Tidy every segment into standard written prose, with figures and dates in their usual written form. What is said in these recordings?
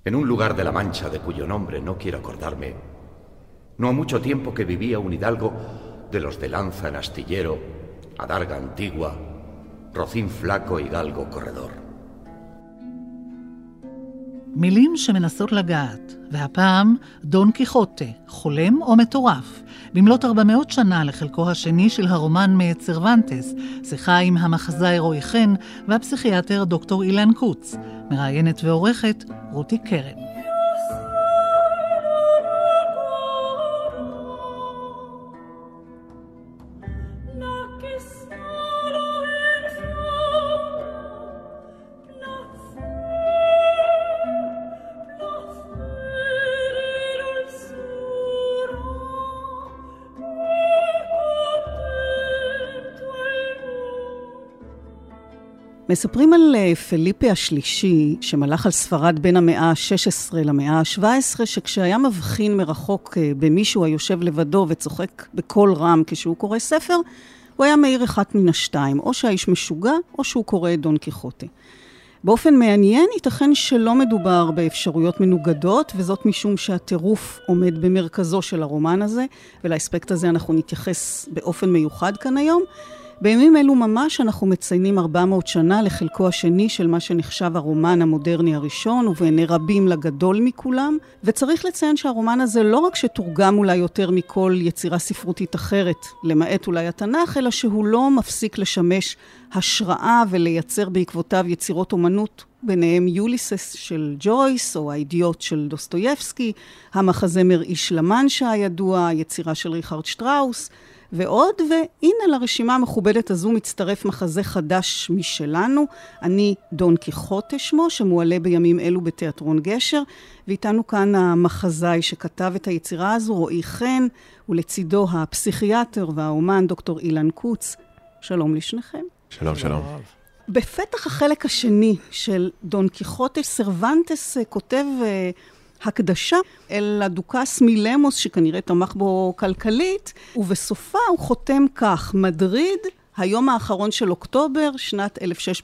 En un lugar de la Mancha de cuyo nombre no quiero acordarme, no ha mucho tiempo que vivía un hidalgo de los de lanza en astillero, adarga antigua, rocín flaco y galgo corredor. מילים שמנסות לגעת, והפעם דון קיחוטה, חולם או מטורף, במלאת 400 שנה לחלקו השני של הרומן מאת סרוונטס, שיחה עם המחזאי רועי חן והפסיכיאטר דוקטור אילן קוץ, מראיינת ועורכת רותי קרן. מספרים על פליפה השלישי, שמלך על ספרד בין המאה ה-16 למאה ה-17, שכשהיה מבחין מרחוק במישהו היושב לבדו וצוחק בקול רם כשהוא קורא ספר, הוא היה מאיר אחת מן השתיים, או שהאיש משוגע, או שהוא קורא דון קיחוטה. באופן מעניין, ייתכן שלא מדובר באפשרויות מנוגדות, וזאת משום שהטירוף עומד במרכזו של הרומן הזה, ולאספקט הזה אנחנו נתייחס באופן מיוחד כאן היום. בימים אלו ממש אנחנו מציינים 400 שנה לחלקו השני של מה שנחשב הרומן המודרני הראשון, ובעיני רבים לגדול מכולם, וצריך לציין שהרומן הזה לא רק שתורגם אולי יותר מכל יצירה ספרותית אחרת, למעט אולי התנ"ך, אלא שהוא לא מפסיק לשמש השראה ולייצר בעקבותיו יצירות אומנות, ביניהם יוליסס של ג'ויס, או האידיוט של דוסטויבסקי, המחזמר איש למנשה הידוע, יצירה של ריכרד שטראוס, ועוד, והנה לרשימה המכובדת הזו מצטרף מחזה חדש משלנו, אני דון קיחוטה שמו, שמועלה בימים אלו בתיאטרון גשר, ואיתנו כאן המחזאי שכתב את היצירה הזו, רועי חן, ולצידו הפסיכיאטר והאומן דוקטור אילן קוץ. שלום לשניכם. שלום, שלום. בפתח החלק השני של דון קיחוטה, סרוונטס כותב הקדשה אל הדוכס מילמוס, שכנראה תמך בו כלכלית, ובסופה הוא חותם כך: מדריד, היום האחרון של אוקטובר, שנת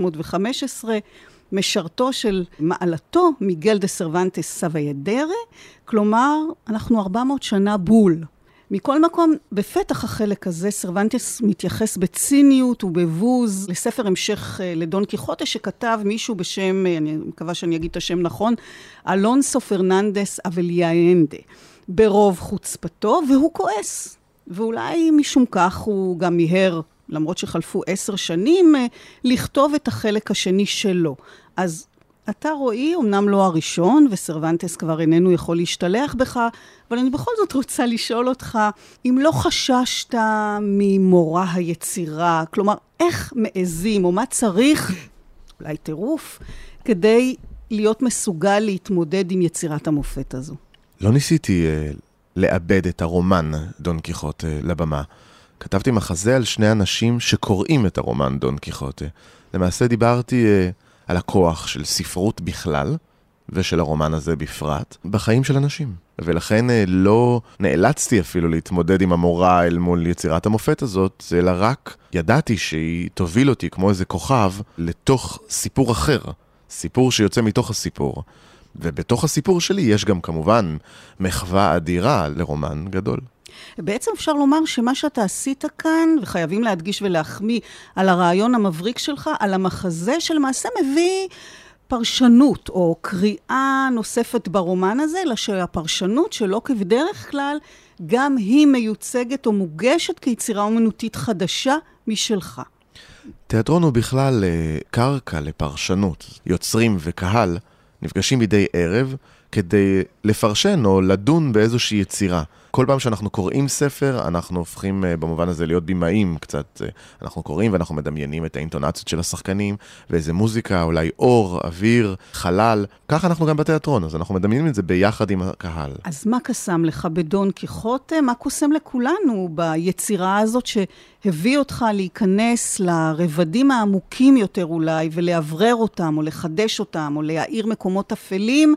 1615, משרתו של מעלתו, מיגל דה סרוונטס סווידרה, כלומר, אנחנו 400 שנה בול. מכל מקום, בפתח החלק הזה, סרוונטס מתייחס בציניות ובבוז לספר המשך לדון קיחוטה, שכתב מישהו בשם, אני מקווה שאני אגיד את השם נכון, אלונסו פרננדס אבליאנדה, ברוב חוצפתו, והוא כועס. ואולי משום כך הוא גם מיהר, למרות שחלפו 10 שנים, לכתוב את החלק השני שלו. אז אתה רועי, אמנם לא הראשון, וסרוונטס כבר איננו יכול להשתלח בך, אבל אני בכל זאת רוצה לשאול אותך, אם לא חששת ממורא היצירה, כלומר, איך מעזים, או מה צריך, אולי טירוף, כדי להיות מסוגל להתמודד עם יצירת המופת הזו? לא ניסיתי לאבד את הרומן דון קיחוטה לבמה. כתבתי מחזה על שני אנשים שקוראים את הרומן דון קיחוטה. למעשה דיברתי על הכוח של ספרות בכלל, ושל הרומן הזה בפרט, בחיים של אנשים. ולכן לא נאלצתי אפילו להתמודד עם המורא אל מול יצירת המופת הזאת, אלא רק ידעתי שהיא תוביל אותי כמו איזה כוכב לתוך סיפור אחר, סיפור שיוצא מתוך הסיפור. ובתוך הסיפור שלי יש גם כמובן מחווה אדירה לרומן גדול. בעצם אפשר לומר שמה שאתה עשית כאן, וחייבים להדגיש ולהחמיא על הרעיון המבריק שלך, על המחזה שלמעשה מביא פרשנות או קריאה נוספת ברומן הזה, אלא שהפרשנות שלא כבדרך כלל, גם היא מיוצגת או מוגשת כיצירה אומנותית חדשה משלך. תיאטרון הוא בכלל קרקע לפרשנות. יוצרים וקהל נפגשים מדי ערב כדי לפרשן או לדון באיזושהי יצירה. כל פעם שאנחנו קוראים ספר, אנחנו הופכים במובן הזה להיות בימאים קצת. אנחנו קוראים ואנחנו מדמיינים את האינטונציות של השחקנים, ואיזה מוזיקה, אולי אור, אוויר, חלל. ככה אנחנו גם בתיאטרון, אז אנחנו מדמיינים את זה ביחד עם הקהל. אז מה קסם לך בדון קיחוטה? מה קוסם לכולנו ביצירה הזאת שהביא אותך להיכנס לרבדים העמוקים יותר אולי, ולעברר אותם, או לחדש אותם, או להאיר מקומות אפלים,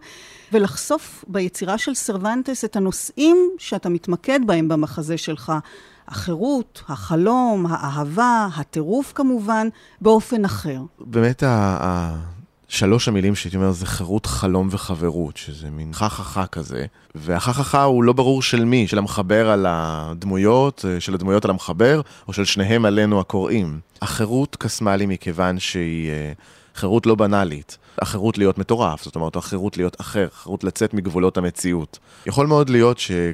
ולחשוף ביצירה של סרוונטס את הנושאים שאתה מתמקד בהם במחזה שלך, החירות, החלום, האהבה, הטירוף כמובן, באופן אחר. באמת שלוש המילים שהייתי אומר זה חירות, חלום וחברות, שזה מין חככה כזה, והחככה הוא לא ברור של מי, של המחבר על הדמויות, של הדמויות על המחבר, או של שניהם עלינו הקוראים. החירות קסמה לי מכיוון שהיא חירות לא בנאלית, החירות להיות מטורף, זאת אומרת, החירות להיות אחר, החירות לצאת מגבולות המציאות. יכול מאוד להיות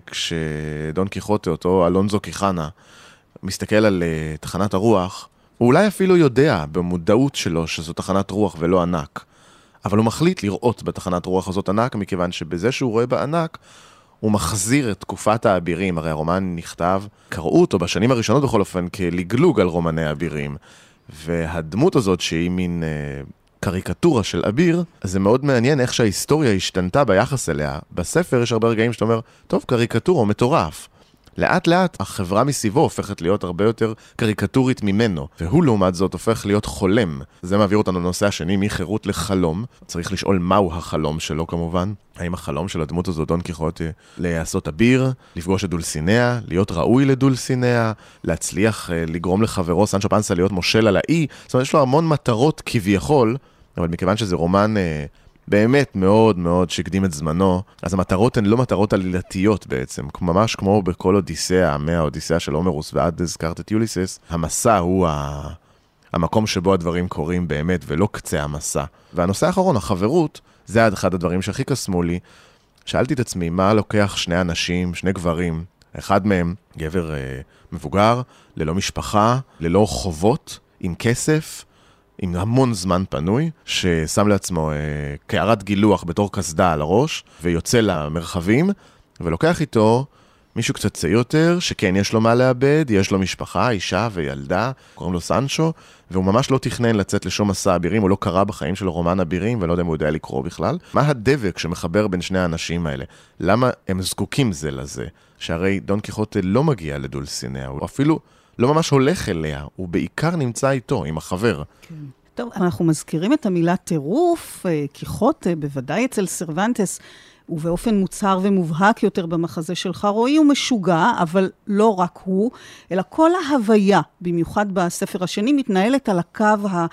שכשדון קיחוטה, אותו אלונזו קיחנה, מסתכל על תחנת הרוח, הוא אולי אפילו יודע במודעות שלו שזו תחנת רוח ולא ענק, אבל הוא מחליט לראות בתחנת רוח הזאת ענק, מכיוון שבזה שהוא רואה בענק, הוא מחזיר את תקופת האבירים. הרי הרומן נכתב, קראו אותו בשנים הראשונות בכל אופן, כלגלוג על רומני האבירים, והדמות הזאת שהיא מין קריקטורה של אביר, אז זה מאוד מעניין איך שההיסטוריה השתנתה ביחס אליה. בספר יש הרבה רגעים שאתה אומר, טוב, קריקטורה הוא מטורף. לאט לאט החברה מסביבו הופכת להיות הרבה יותר קריקטורית ממנו, והוא לעומת זאת הופך להיות חולם. זה מעביר אותנו לנושא השני, מחירות לחלום. צריך לשאול מהו החלום שלו כמובן. האם החלום של הדמות הזו, דון קיחוטה, לעשות אביר, לפגוש את דולסיניה, להיות ראוי לדולסיניה, להצליח לגרום לחברו סנצ'ו פנסה להיות מושל על האי. זאת אומרת, יש לו המון מטרות כביכול, אבל מכיוון שזה רומן באמת מאוד מאוד שקדים את זמנו, אז המטרות הן לא מטרות עלילתיות בעצם, ממש כמו בכל אודיסאה, מהאודיסאה של הומרוס ועד הזכרת את יוליסס, המסע הוא המקום שבו הדברים קורים באמת, ולא קצה המסע. והנושא האחרון, החברות, זה אחד הדברים שהכי קסמו לי. שאלתי את עצמי, מה לוקח שני אנשים, שני גברים, אחד מהם גבר מבוגר, ללא משפחה, ללא חובות, עם כסף, עם המון זמן פנוי, ששם לעצמו קערת גילוח בתור כסדה על הראש, ויוצא למרחבים, ולוקח איתו מישהו קצת צעיר יותר, שכן יש לו מה לאבד, יש לו משפחה, אישה וילדה, קוראים לו סנצ'ו, והוא ממש לא תכנן לצאת לשום מסע אבירים, הוא לא קרא בחיים שלו רומן אבירים, ולא יודע אם הוא יודע לקרוא בכלל. מה הדבק שמחבר בין שני האנשים האלה? למה הם זקוקים זה לזה? שהרי דון קיחוטה לא מגיע לדולסיניה, הוא אפילו לא ממש הולך אליה, הוא בעיקר נמצא איתו, עם החבר. כן. טוב, אנחנו מזכירים את המילה טירוף, קיחוטה, בוודאי אצל סרוונטס, ובאופן מוצהר ומובהק יותר במחזה שלך, רואי הוא משוגע, אבל לא רק הוא, אלא כל ההוויה, במיוחד בספר השני, מתנהלת על הקו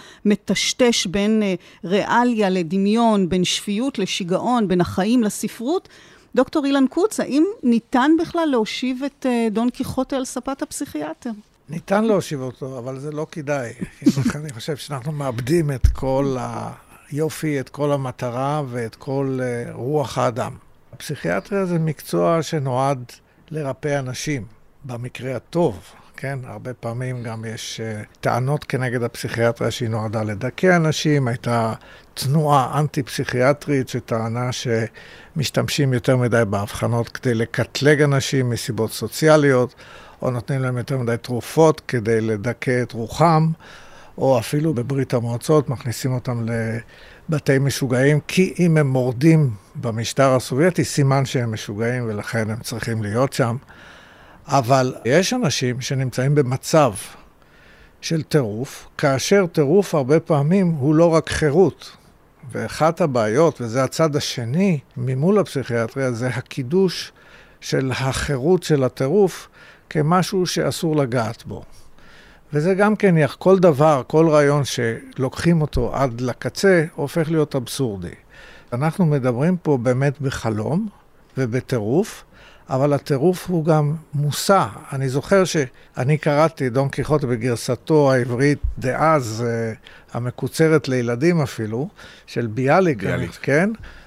המטשטש בין ריאליה לדמיון, בין שפיות לשיגעון, בין החיים לספרות. דוקטור אילן קוץ, האם ניתן בכלל להושיב את דון קיחוטה על ספת הפסיכיאטר? ניתן להושיב אותו, אבל זה לא כדאי. אני חושב שאנחנו מאבדים את כל היופי, את כל המטרה ואת כל רוח האדם. הפסיכיאטריה זה מקצוע שנועד לרפא אנשים, במקרה הטוב. כן, הרבה פעמים גם יש טענות כנגד הפסיכיאטריה שהיא נועדה לדכא אנשים, הייתה תנועה אנטי-פסיכיאטרית שטענה שמשתמשים יותר מדי בהבחנות כדי לקטלג אנשים מסיבות סוציאליות, או נותנים להם יותר מדי תרופות כדי לדכא את רוחם, או אפילו בברית המועצות מכניסים אותם לבתי משוגעים, כי אם הם מורדים במשטר הסובייטי, סימן שהם משוגעים ולכן הם צריכים להיות שם. אבל יש אנשים שנמצאים במצב של טירוף, כאשר טירוף הרבה פעמים הוא לא רק חירות. ואחת הבעיות, וזה הצד השני ממול הפסיכיאטריה, זה הקידוש של החירות של הטירוף כמשהו שאסור לגעת בו. וזה גם כן, כל דבר, כל רעיון שלוקחים אותו עד לקצה, הופך להיות אבסורדי. אנחנו מדברים פה באמת בחלום ובטירוף, אבל הטירוף הוא גם מושא. אני זוכר שאני קראתי דון קיחוטה בגרסתו העברית דאז, המקוצרת לילדים אפילו, של ביאליק, כן?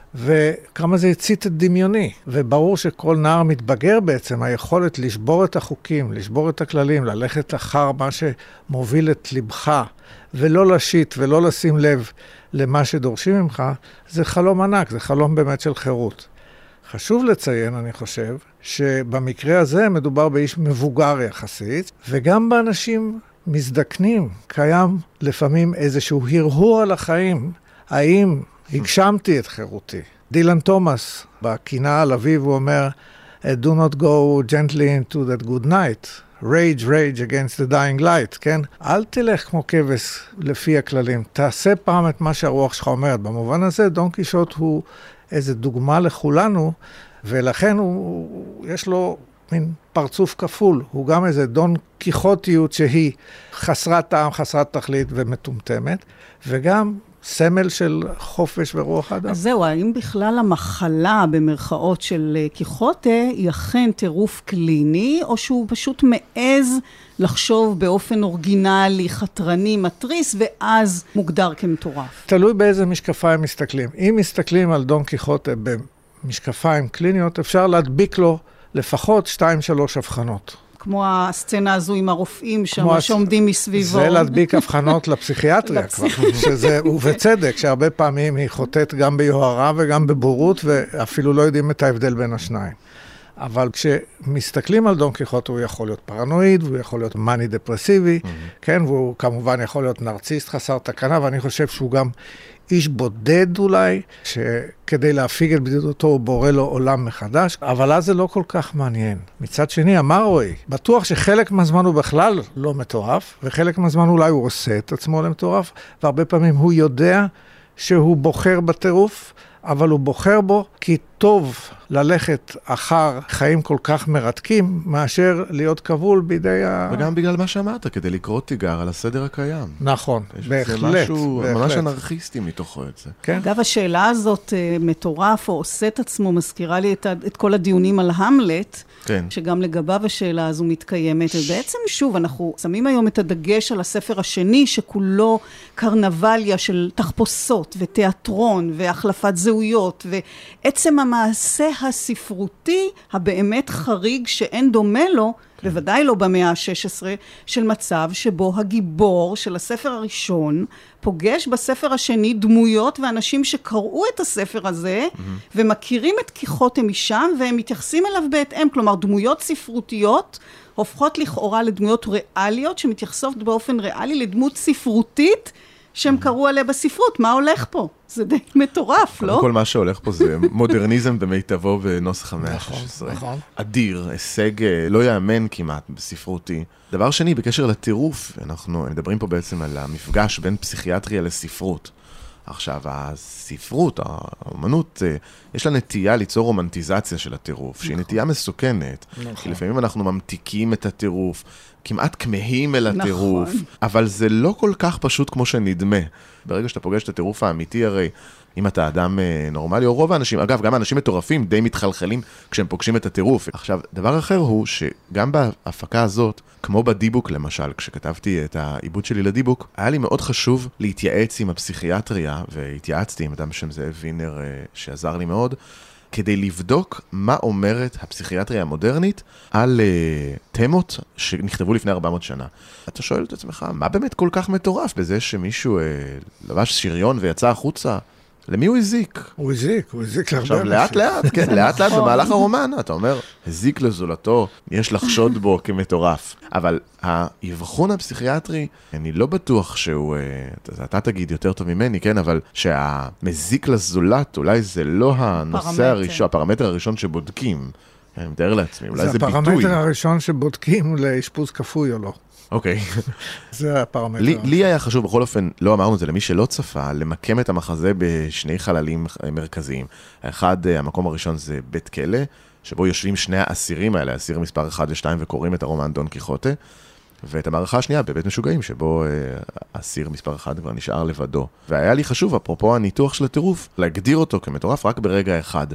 וכמה זה הצית את דמיוני. וברור שכל נער מתבגר בעצם, היכולת לשבור את החוקים, לשבור את הכללים, ללכת אחר מה שמוביל את לבך, ולא לשיט ולא לשים לב למה שדורשים ממך, זה חלום ענק, זה חלום באמת של חירות. חשוב לציין, אני חושב, שבמקרה הזה מדובר באיש מבוגר יחסית, וגם באנשים מזדקנים קיים לפעמים איזשהו הרהור על החיים, האם הגשמתי את חירותי. דילן תומאס, בקינה על אביו, הוא אומר, do not go gently into that good night, rage against the dying light, כן? אל תלך כמו כבש לפי הכללים, תעשה פעם את מה שהרוח שלך אומרת. במובן הזה, דון קישוט הוא איזו דוגמה לכולנו, ולכן יש לו מין פרצוף כפול. הוא גם איזה דון קיחוטיות שהיא חסרת טעם, חסרת תכלית ומטומטמת, וגם סמל של חופש ורוח האדם. אז זהו, האם בכלל המחלה במרכאות של קיחוטה היא אכן טירוף קליני, או שהוא פשוט מעז לחשוב באופן אורגינלי, חתרני, מטריס, ואז מוגדר כמטורף? תלוי באיזה משקפיים מסתכלים. אם מסתכלים על דון קיחוטה במשקפיים קליניות, אפשר להדביק לו לפחות 2-3 הבחנות. כמו הסצנה הזו עם הרופאים שם, שעומדים מסביבו. זה להדביק הבחנות לפסיכיאטריה כבר, ובצדק, שהרבה פעמים היא חוטאת גם ביוהרה וגם בבורות, ואפילו לא יודעים את ההבדל בין השניים. אבל כשמסתכלים על דון קיחוטה, הוא יכול להיות פרנואיד, והוא יכול להיות מני דפרסיבי, כן, והוא כמובן יכול להיות נרציסט חסר תקנה, ואני חושב שהוא גם איש בודד אולי, שכדי להפיג את בדידותו הוא בורא לו עולם מחדש, אבל אז זה לא כל כך מעניין. מצד שני, אמר רועי, בטוח שחלק מהזמן הוא בכלל לא מטורף, וחלק מהזמן אולי הוא עושה את עצמו למטורף, והרבה פעמים הוא יודע שהוא בוחר בטירוף, אבל הוא בוחר בו כי טוב ללכת אחר חיים כל כך מרתקים, מאשר להיות כבול בידי וגם בגלל מה שאמרת, כדי לקרוא תיגר על הסדר הקיים. נכון, בהחלט. זה משהו ממש אנרכיסטי מתוכו את זה. כן? אגב, השאלה הזאת, מטורף או עושה את עצמו, מזכירה לי את כל הדיונים על המלט, כן. שגם לגביו השאלה הזו מתקיימת. ובעצם, שוב, אנחנו שמים היום את הדגש על הספר השני, שכולו קרנבליה של תחפושות ותיאטרון והחלפת זהויות, ועצם המעשה הספרותי הבאמת חריג שאין דומה לו, בוודאי לא במאה ה-16, של מצב שבו הגיבור של הספר הראשון פוגש בספר השני דמויות ואנשים שקראו את הספר הזה ומכירים את קיחוטה משם והם מתייחסים אליו בהתאם, כלומר דמויות ספרותיות הופכות לכאורה לדמויות ריאליות שמתייחסות באופן ריאלי לדמות ספרותית שהם קראו עליה בספרות. מה הולך פה? זה די מטורף, לא? כל מה שהולך פה זה מודרניזם במיטבו בנוסח המאה ה-16. נכון. אדיר, הישג לא יאמן כמעט בספרותי. דבר שני, בקשר לטירוף, אנחנו מדברים פה בעצם על המפגש בין פסיכיאטריה לספרות. עכשיו, הספרות, האמנות, יש לה נטייה ליצור רומנטיזציה של הטירוף, שהיא נטייה מסוכנת. כי לפעמים אנחנו ממתיקים את הטירוף, כמעט כמהים אל הטירוף, אבל זה לא כל כך פשוט כמו שנדמה. ברגע שאתה פוגש את הטירוף האמיתי, הרי אם אתה אדם נורמלי, או רוב האנשים, אגב, גם האנשים מטורפים די מתחלחלים כשהם פוגשים את הטירוף. עכשיו, דבר אחר הוא שגם בהפקה הזאת, כמו בדיבוק למשל, כשכתבתי את העיבוד שלי לדיבוק, היה לי מאוד חשוב להתייעץ עם הפסיכיאטריה, והתייעצתי עם אדם שם זאב וינר שעזר לי מאוד, כדי לבדוק מה אומרת הפסיכיאטריה המודרנית על תמות שנכתבו לפני 400 שנה. אתה שואל את עצמך, מה באמת כל כך מטורף בזה שמישהו לבש שריון ויצא החוצה? למי הוא הזיק? הוא הזיק להרבה. עכשיו לאט לאט, כן, לאט לאט במהלך הרומן, אתה אומר, הזיק לזולתו, יש לחשוד בו כמטורף. אבל האבחון הפסיכיאטרי, אני לא בטוח שהוא, אתה תגיד יותר טוב ממני, כן, אבל שהמזיק לזולת, אולי זה לא הנושא הראשון, הפרמטר הראשון שבודקים. אני מתאר לעצמי, אולי זה ביטוי. זה הפרמטר הראשון שבודקים לאשפוז כפוי או לא. אוקיי. זה הפרמטר. לי היה חשוב, בכל אופן, לא אמרנו את זה למי שלא צפה, למקם את המחזה בשני חללים מרכזיים. האחד, המקום הראשון זה בית כלא, שבו יושבים שני האסירים האלה, האסיר מספר 1 ו-2, וקוראים את הרומן דון קיחוטה, ואת המערכה השנייה בבית משוגעים, שבו האסיר מספר 1 כבר נשאר לבדו. והיה לי חשוב, אפרופו הניתוח של הטירוף, להגדיר אותו כמטורף רק ברגע אחד,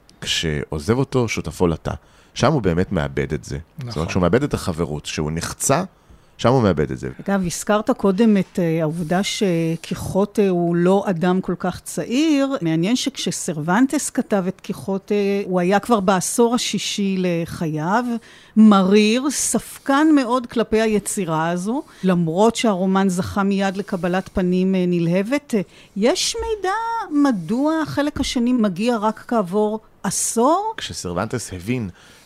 כשעוזב אותו שותפו לתא. שם הוא באמת מאבד את זה. נכון. זאת אומרת, כשהוא מאבד את החברות, כשהוא נחצה, שם הוא מאבד את זה. אגב, הזכרת קודם את העובדה שקיחוטה הוא לא אדם כל כך צעיר. מעניין שכשסרוונטס כתב את קיחוטה, הוא היה כבר בעשור השישי לחייו, מריר, ספקן מאוד כלפי היצירה הזו, למרות שהרומן זכה מיד לקבלת פנים נלהבת. יש מידע מדוע החלק השני מגיע רק כעבור עשור? כשסרוונטס הבין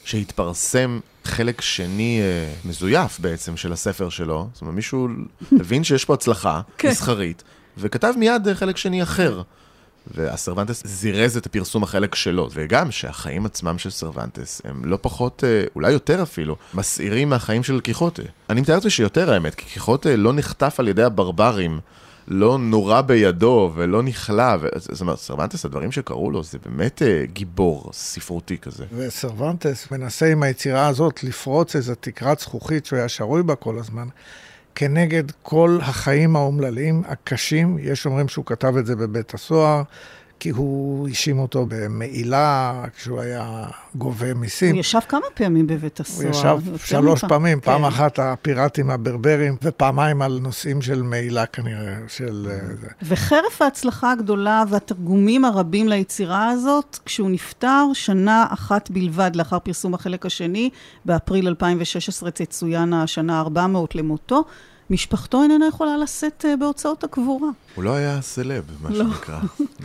שהתפרסם חלק שני מזויף בעצם של הספר שלו, זאת אומרת, מישהו הבין שיש פה הצלחה מסחרית, וכתב מיד חלק שני אחר. והסרוונטס זירז את הפרסום החלק שלו, וגם שהחיים עצמם של סרוונטס הם לא פחות, אולי יותר אפילו, מסעירים מהחיים של קיחוטה. אני מתאר את שיותר האמת, כי קיחוטה לא נחטף על ידי הברברים, לא נורא בידו ולא נכלה, זאת אומרת, סרוונטס, הדברים שקראו לו, זה באמת גיבור ספרותי כזה. וסרוונטס מנסה עם היצירה הזאת לפרוץ איזו תקרת זכוכית שהוא היה שרוי בה כל הזמן, כנגד כל החיים האומללים הקשים. יש אומרים שהוא כתב את זה בבית הסוהר, כי הוא האשים אותו במעילה, כשהוא היה גובה מיסים. הוא ישב כמה פעמים בבית הסוהר. הוא ישב 3 פעמים, פעם אחת הפיראטים הברברים, ופעמיים על נושאים של מעילה כנראה. וחרף ההצלחה הגדולה והתרגומים הרבים ליצירה הזאת, כשהוא נפטר 1 שנה בלבד לאחר פרסום החלק השני, באפריל 2016 תצוין השנה 400 למותו, משפחתו איננה יכולה לשאת בהוצאות הקבורה. הוא לא היה סלב, מה שנקרא.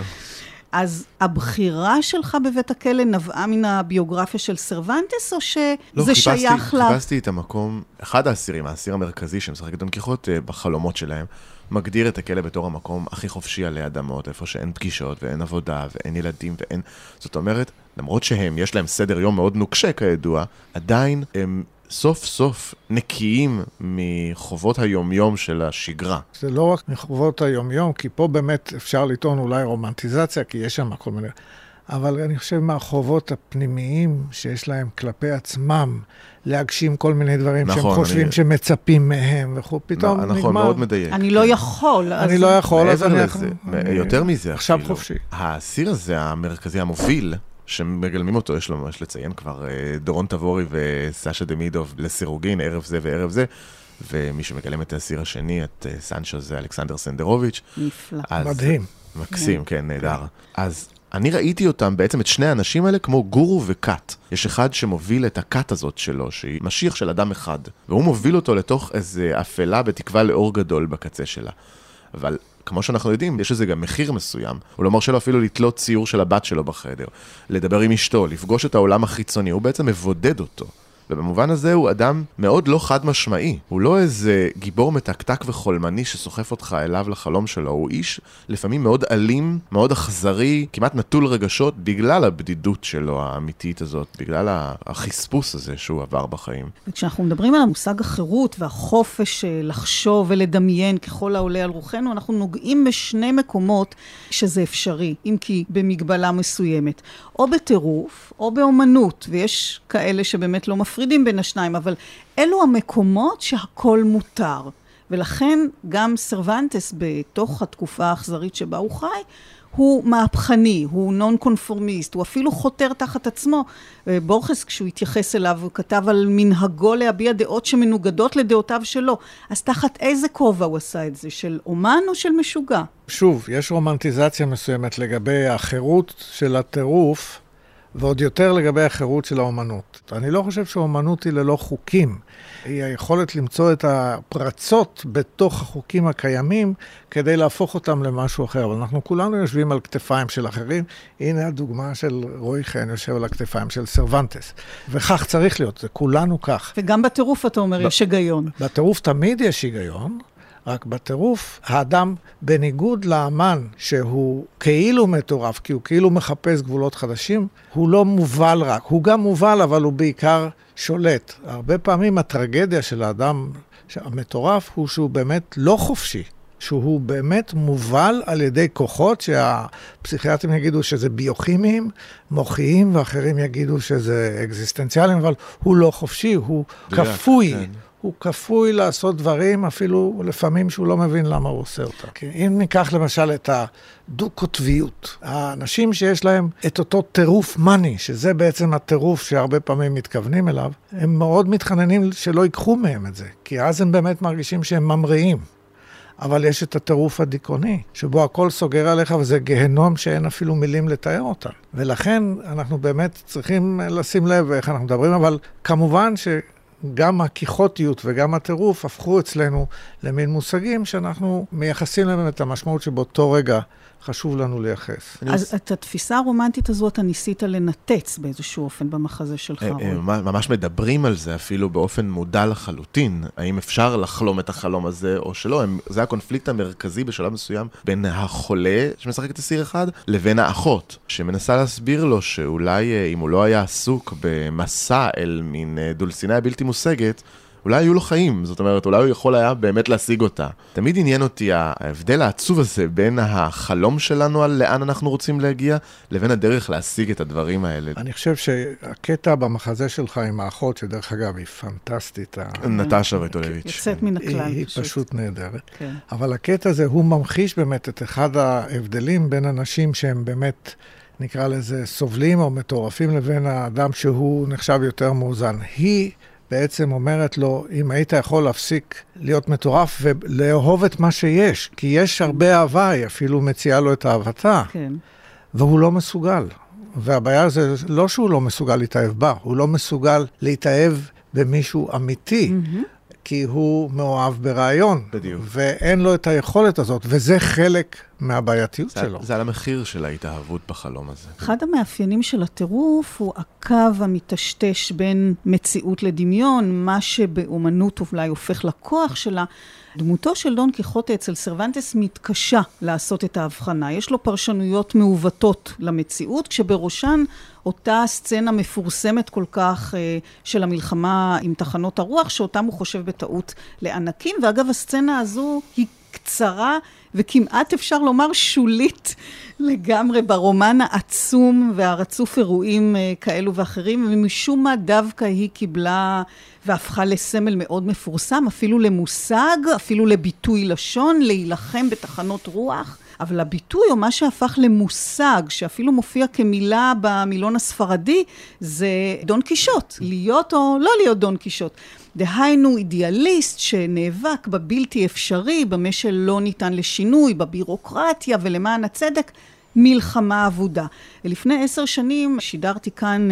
אז הבחירה שלך בבית הכלא נבעה מן הביוגרפיה של סרוונטס, או שזה שייך לה? חיפשתי את המקום, אחד האסירים, האסיר המרכזי שמשחק את דון קיחוט בחלומות שלהם, מגדיר את הכלא בתור המקום הכי חופשי עלי אדמות, איפה שאין פגישות ואין עבודה ואין ילדים ואין... זאת אומרת, למרות שהם, יש להם סדר יום מאוד נוקשה כידוע, עדיין הם סוף סוף נקיים מחובות היומיום של השגרה. זה לא רק מחובות היומיום, כי פה באמת אפשר לטעון אולי רומנטיזציה, כי יש שם כל מיני... אבל אני חושב מהחובות הפנימיים שיש להם כלפי עצמם, להגשים כל מיני דברים שהם חושבים שמצפים מהם, פתאום נגמר. נכון, מאוד מדייק. אני לא יכול. אני לא יכול, אז אני... יותר מזה. עכשיו חופשי. האסיר הזה, המרכזי המוביל, שמגלמים אותו, יש לו ממש לציין כבר דורון תבורי וסשה דמידוב לסירוגין, ערב זה וערב זה, ומי שמגלם את האסיר השני, את סנצ'ו, זה אלכסנדר סנדרוביץ'. נפלא. מדהים. מקסים, כן, נהדר. אז אני ראיתי אותם, בעצם את שני האנשים האלה, כמו גורו וקאט. יש אחד שמוביל את הקאט הזאת שלו, שהיא משיח של אדם אחד, והוא מוביל אותו לתוך איזו אפלה בתקווה לאור גדול בקצה שלה. אבל כמו שאנחנו יודעים, יש איזה גם מחיר מסוים. הוא לא מרשה לו אפילו לתלות ציור של הבת שלו בחדר, לדבר עם אשתו, לפגוש את העולם החיצוני, הוא בעצם מבודד אותו. ובמובן הזה הוא אדם מאוד לא חד משמעי. הוא לא איזה גיבור מתקתק וחולמני שסוחף אותך אליו לחלום שלו. הוא איש לפעמים מאוד אלים, מאוד אכזרי, כמעט נטול רגשות, בגלל הבדידות שלו האמיתית הזאת, בגלל החספוס הזה שהוא עבר בחיים. וכשאנחנו מדברים על המושג החירות והחופש לחשוב ולדמיין ככל העולה על רוחנו, אנחנו נוגעים בשני מקומות שזה אפשרי, אם כי במגבלה מסוימת. או בטירוף, או באומנות, ויש כאלה שבאמת לא מפרידים בין השניים, אבל אלו המקומות שהכל מותר. ולכן גם סרוונטס בתוך התקופה האכזרית שבה הוא חי, הוא מהפכני, הוא נון-קונפורמיסט, הוא אפילו חותר תחת עצמו. בורכס, כשהוא התייחס אליו, הוא כתב על מנהגו להביע דעות שמנוגדות לדעותיו שלו. אז תחת איזה כובע הוא עשה את זה? של אומן או של משוגע? שוב, יש רומנטיזציה מסוימת לגבי החירות של הטירוף, ועוד יותר לגבי החירות של האומנות. אני לא חושב שהאומנות היא ללא חוקים. היא היכולת למצוא את הפרצות בתוך החוקים הקיימים, כדי להפוך אותם למשהו אחר. אבל אנחנו כולנו יושבים על כתפיים של אחרים. הנה הדוגמה של רועי חן יושב על הכתפיים של סרוונטס. וכך צריך להיות, זה כולנו כך. וגם בטירוף אתה אומר יש היגיון. בטירוף תמיד יש היגיון. רק בטירוף, האדם בניגוד לאמן שהוא כאילו מטורף, כי הוא כאילו מחפש גבולות חדשים, הוא לא מובל רק, הוא גם מובל אבל הוא בעיקר שולט. הרבה פעמים הטרגדיה של האדם המטורף הוא שהוא באמת לא חופשי, שהוא באמת מובל על ידי כוחות שהפסיכיאטרים יגידו שזה ביוכימיים, מוחיים, ואחרים יגידו שזה אקזיסטנציאליים, אבל הוא לא חופשי, הוא כפוי. הוא כפוי לעשות דברים, אפילו לפעמים שהוא לא מבין למה הוא עושה אותה. אם ניקח למשל את הדו-קוטביות, האנשים שיש להם את אותו טירוף מני, שזה בעצם הטירוף שהרבה פעמים מתכוונים אליו, הם מאוד מתחננים שלא ייקחו מהם את זה, כי אז הם באמת מרגישים שהם ממריאים. אבל יש את הטירוף הדיכאוני, שבו הכל סוגר עליך, וזה גהנום שאין אפילו מילים לתאר אותן. ולכן אנחנו באמת צריכים לשים לב איך אנחנו מדברים, אבל כמובן גם הכיחותיות וגם הטירוף הפכו אצלנו למין מושגים שאנחנו מייחסים להם את המשמעות שבאותו רגע חשוב לנו לייחס. אז את התפיסה הרומנטית הזו אתה ניסית לנתץ באיזשהו אופן במחזה שלך. ממש מדברים על זה אפילו באופן מודע לחלוטין. האם אפשר לחלום את החלום הזה או שלא? זה הקונפליקט המרכזי בשלב מסוים בין החולה שמשחק את הסיר אחד לבין האחות שמנסה להסביר לו שאולי אם הוא לא היה עסוק במסע אל מין דולסינה בלתי מושגת, אולי היו לו חיים, זאת אומרת, אולי הוא יכול היה באמת להשיג אותה. תמיד עניין אותי ההבדל העצוב הזה בין החלום שלנו על לאן אנחנו רוצים להגיע, לבין הדרך להשיג את הדברים האלה. אני חושב שהקטע במחזה שלך עם האחות, שדרך אגב היא פנטסטית. נטשה ויטולביץ'. יוצאת מן הכלל. היא פשוט נהדרת. כן. אבל הקטע הזה, הוא ממחיש באמת את אחד ההבדלים בין אנשים שהם באמת, נקרא לזה, סובלים או מטורפים, לבין האדם שהוא נחשב יותר מאוזן. היא בעצם אומרת לו, אם היית יכול להפסיק להיות מטורף ולאהוב את מה שיש, כי יש הרבה אהבה, היא אפילו מציעה לו את אהבתה, כן. והוא לא מסוגל. והבעיה זה לא שהוא לא מסוגל להתאהב בה, הוא לא מסוגל להתאהב במישהו אמיתי, כי הוא מאוהב ברעיון. בדיוק. ואין לו את היכולת הזאת, וזה חלק מהבעייתיות שלו. זה על המחיר של ההתאהבות בחלום הזה. אחד המאפיינים של הטירוף הוא הקו המטשטש בין מציאות לדמיון, מה שבאומנות אולי הופך לכוח שלה. דמותו של דון קיחוטה אצל סרוונטס מתקשה לעשות את ההבחנה. יש לו פרשנויות מעוותות למציאות, כשבראשן אותה סצנה מפורסמת כל כך של המלחמה עם תחנות הרוח, שאותם הוא חושב בטעות לענקים. ואגב, הסצנה הזו היא קצרה וכמעט אפשר לומר שולית לגמרי ברומן העצום והרצוף אירועים כאלו ואחרים, ומשום מה דווקא היא קיבלה והפכה לסמל מאוד מפורסם, אפילו למושג, אפילו לביטוי לשון, להילחם בתחנות רוח. אבל הביטוי או מה שהפך למושג, שאפילו מופיע כמילה במילון הספרדי, זה דון קישוט. להיות או לא להיות דון קישוט. דהיינו אידיאליסט שנאבק בבלתי אפשרי, במה שלא ניתן לשינוי, בבירוקרטיה ולמען הצדק, מלחמה עבודה. ולפני 10 שנים שידרתי כאן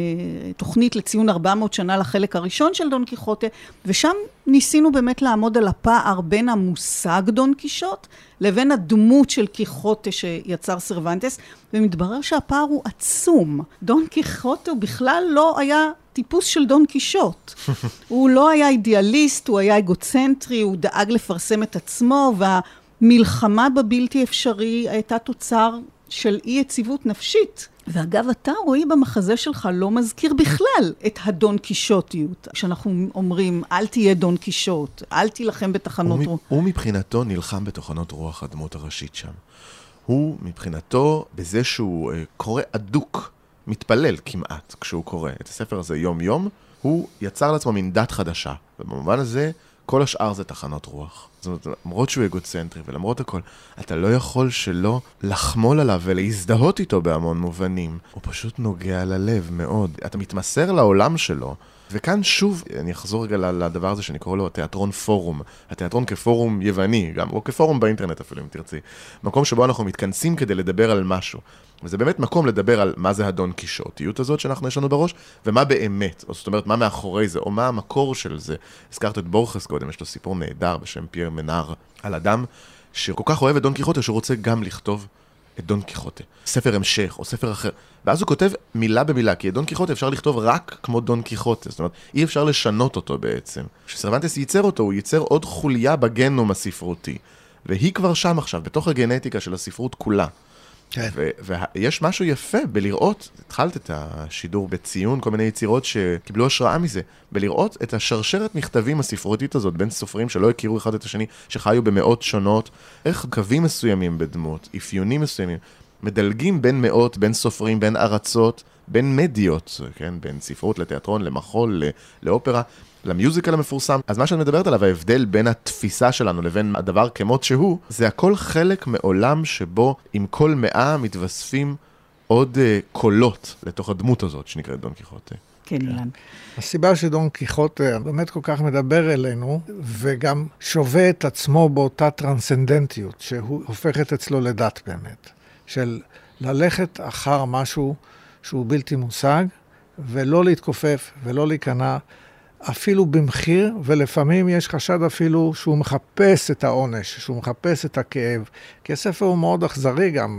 תוכנית לציון 400 שנה לחלק הראשון של דון קיחוטה, ושם ניסינו באמת לעמוד על הפער בין המושג דון קישוט, לבין הדמות של קיחוטה שיצר סרוונטס, ומתברר שהפער הוא עצום. דון קיחוטה הוא בכלל לא היה טיפוס של דון קישוט. הוא לא היה אידיאליסט, הוא היה אגוצנטרי, הוא דאג לפרסם את עצמו, והמלחמה בבלתי אפשרי הייתה תוצר של אי יציבות נפשית. ואגב, אתה רואי במחזה שלך לא מזכיר בכלל את הדון קישוטיות. כשאנחנו אומרים, אל תהיה דון קישוט, אל תילחם בתחנות רוח. הוא מבחינתו נלחם בתחנות רוח, הדמות הראשית שם. הוא מבחינתו, בזה שהוא קורא אדוק, מתפלל כמעט כשהוא קורא את הספר הזה יום-יום, הוא יצר לעצמו מין דת חדשה. ובמובן הזה, כל השאר זה תחנות רוח. זאת אומרת, למרות שהוא אגוצנטרי ולמרות הכל, אתה לא יכול שלא לחמול עליו ולהזדהות איתו בהמון מובנים. הוא פשוט נוגע ללב מאוד. אתה מתמסר לעולם שלו. וכאן שוב, אני אחזור רגע לדבר הזה שאני קורא לו תיאטרון פורום. התיאטרון כפורום יווני, גם, או כפורום באינטרנט אפילו, אם תרצי. מקום שבו אנחנו מתכנסים כדי לדבר על משהו. וזה באמת מקום לדבר על מה זה הדון קישוטיות הזאת יש לנו בראש, ומה באמת, זאת אומרת, מה מאחורי זה, או מה המקור של זה. הזכרת את בורכס קודם, יש לו סיפור נהדר בשם פייר מנאר, על אדם שכל כך אוהב את דון קיחוטה, שהוא רוצה גם לכתוב את דון קיחוטה. ספר המשך, או ספר אחר. ואז הוא כותב מילה במילה, כי את דון קיחוטה אפשר לכתוב רק כמו דון קיחוטה, זאת אומרת, אי אפשר לשנות אותו בעצם. כשסרוונטס ייצר אותו, הוא ייצר עוד חוליה בגנום הספרותי. והיא כבר שם עכשיו, בתוך הגנטיקה של הספרות כולה. כן. ויש משהו יפה בלראות, התחלת את השידור בציון, כל מיני יצירות שקיבלו השראה מזה, בלראות את השרשרת מכתבים הספרותית הזאת, בין סופרים שלא הכירו אחד את השני, שחיו במאות שונות, איך קווים מסוימים בדמות, אפיונים מסוימים, מדלגים בין מאות, בין סופרים, בין ארצות, בין מדיות, כן? בין ספרות לתיאטרון, למחול, לאופרה, למיוזיקל המפורסם. אז מה שאת מדברת עליו, ההבדל בין התפיסה שלנו לבין הדבר כמות שהוא, זה הכל חלק מעולם שבו עם כל 100 מתווספים עוד קולות לתוך הדמות הזאת שנקראת דון קיחוטה. כן, אילן. הסיבה שדון קיחוטה באמת כל כך מדבר אלינו, וגם שווה את עצמו באותה טרנסצנדנטיות, שהוא הופכת אצלו לדת באמת, של ללכת אחר משהו שהוא בלתי מושג, ולא להתכופף ולא להיכנע, אפילו במחיר, ולפעמים יש חשד אפילו שהוא מחפש את העונש, שהוא מחפש את הכאב, כי הספר הוא מאוד אכזרי גם,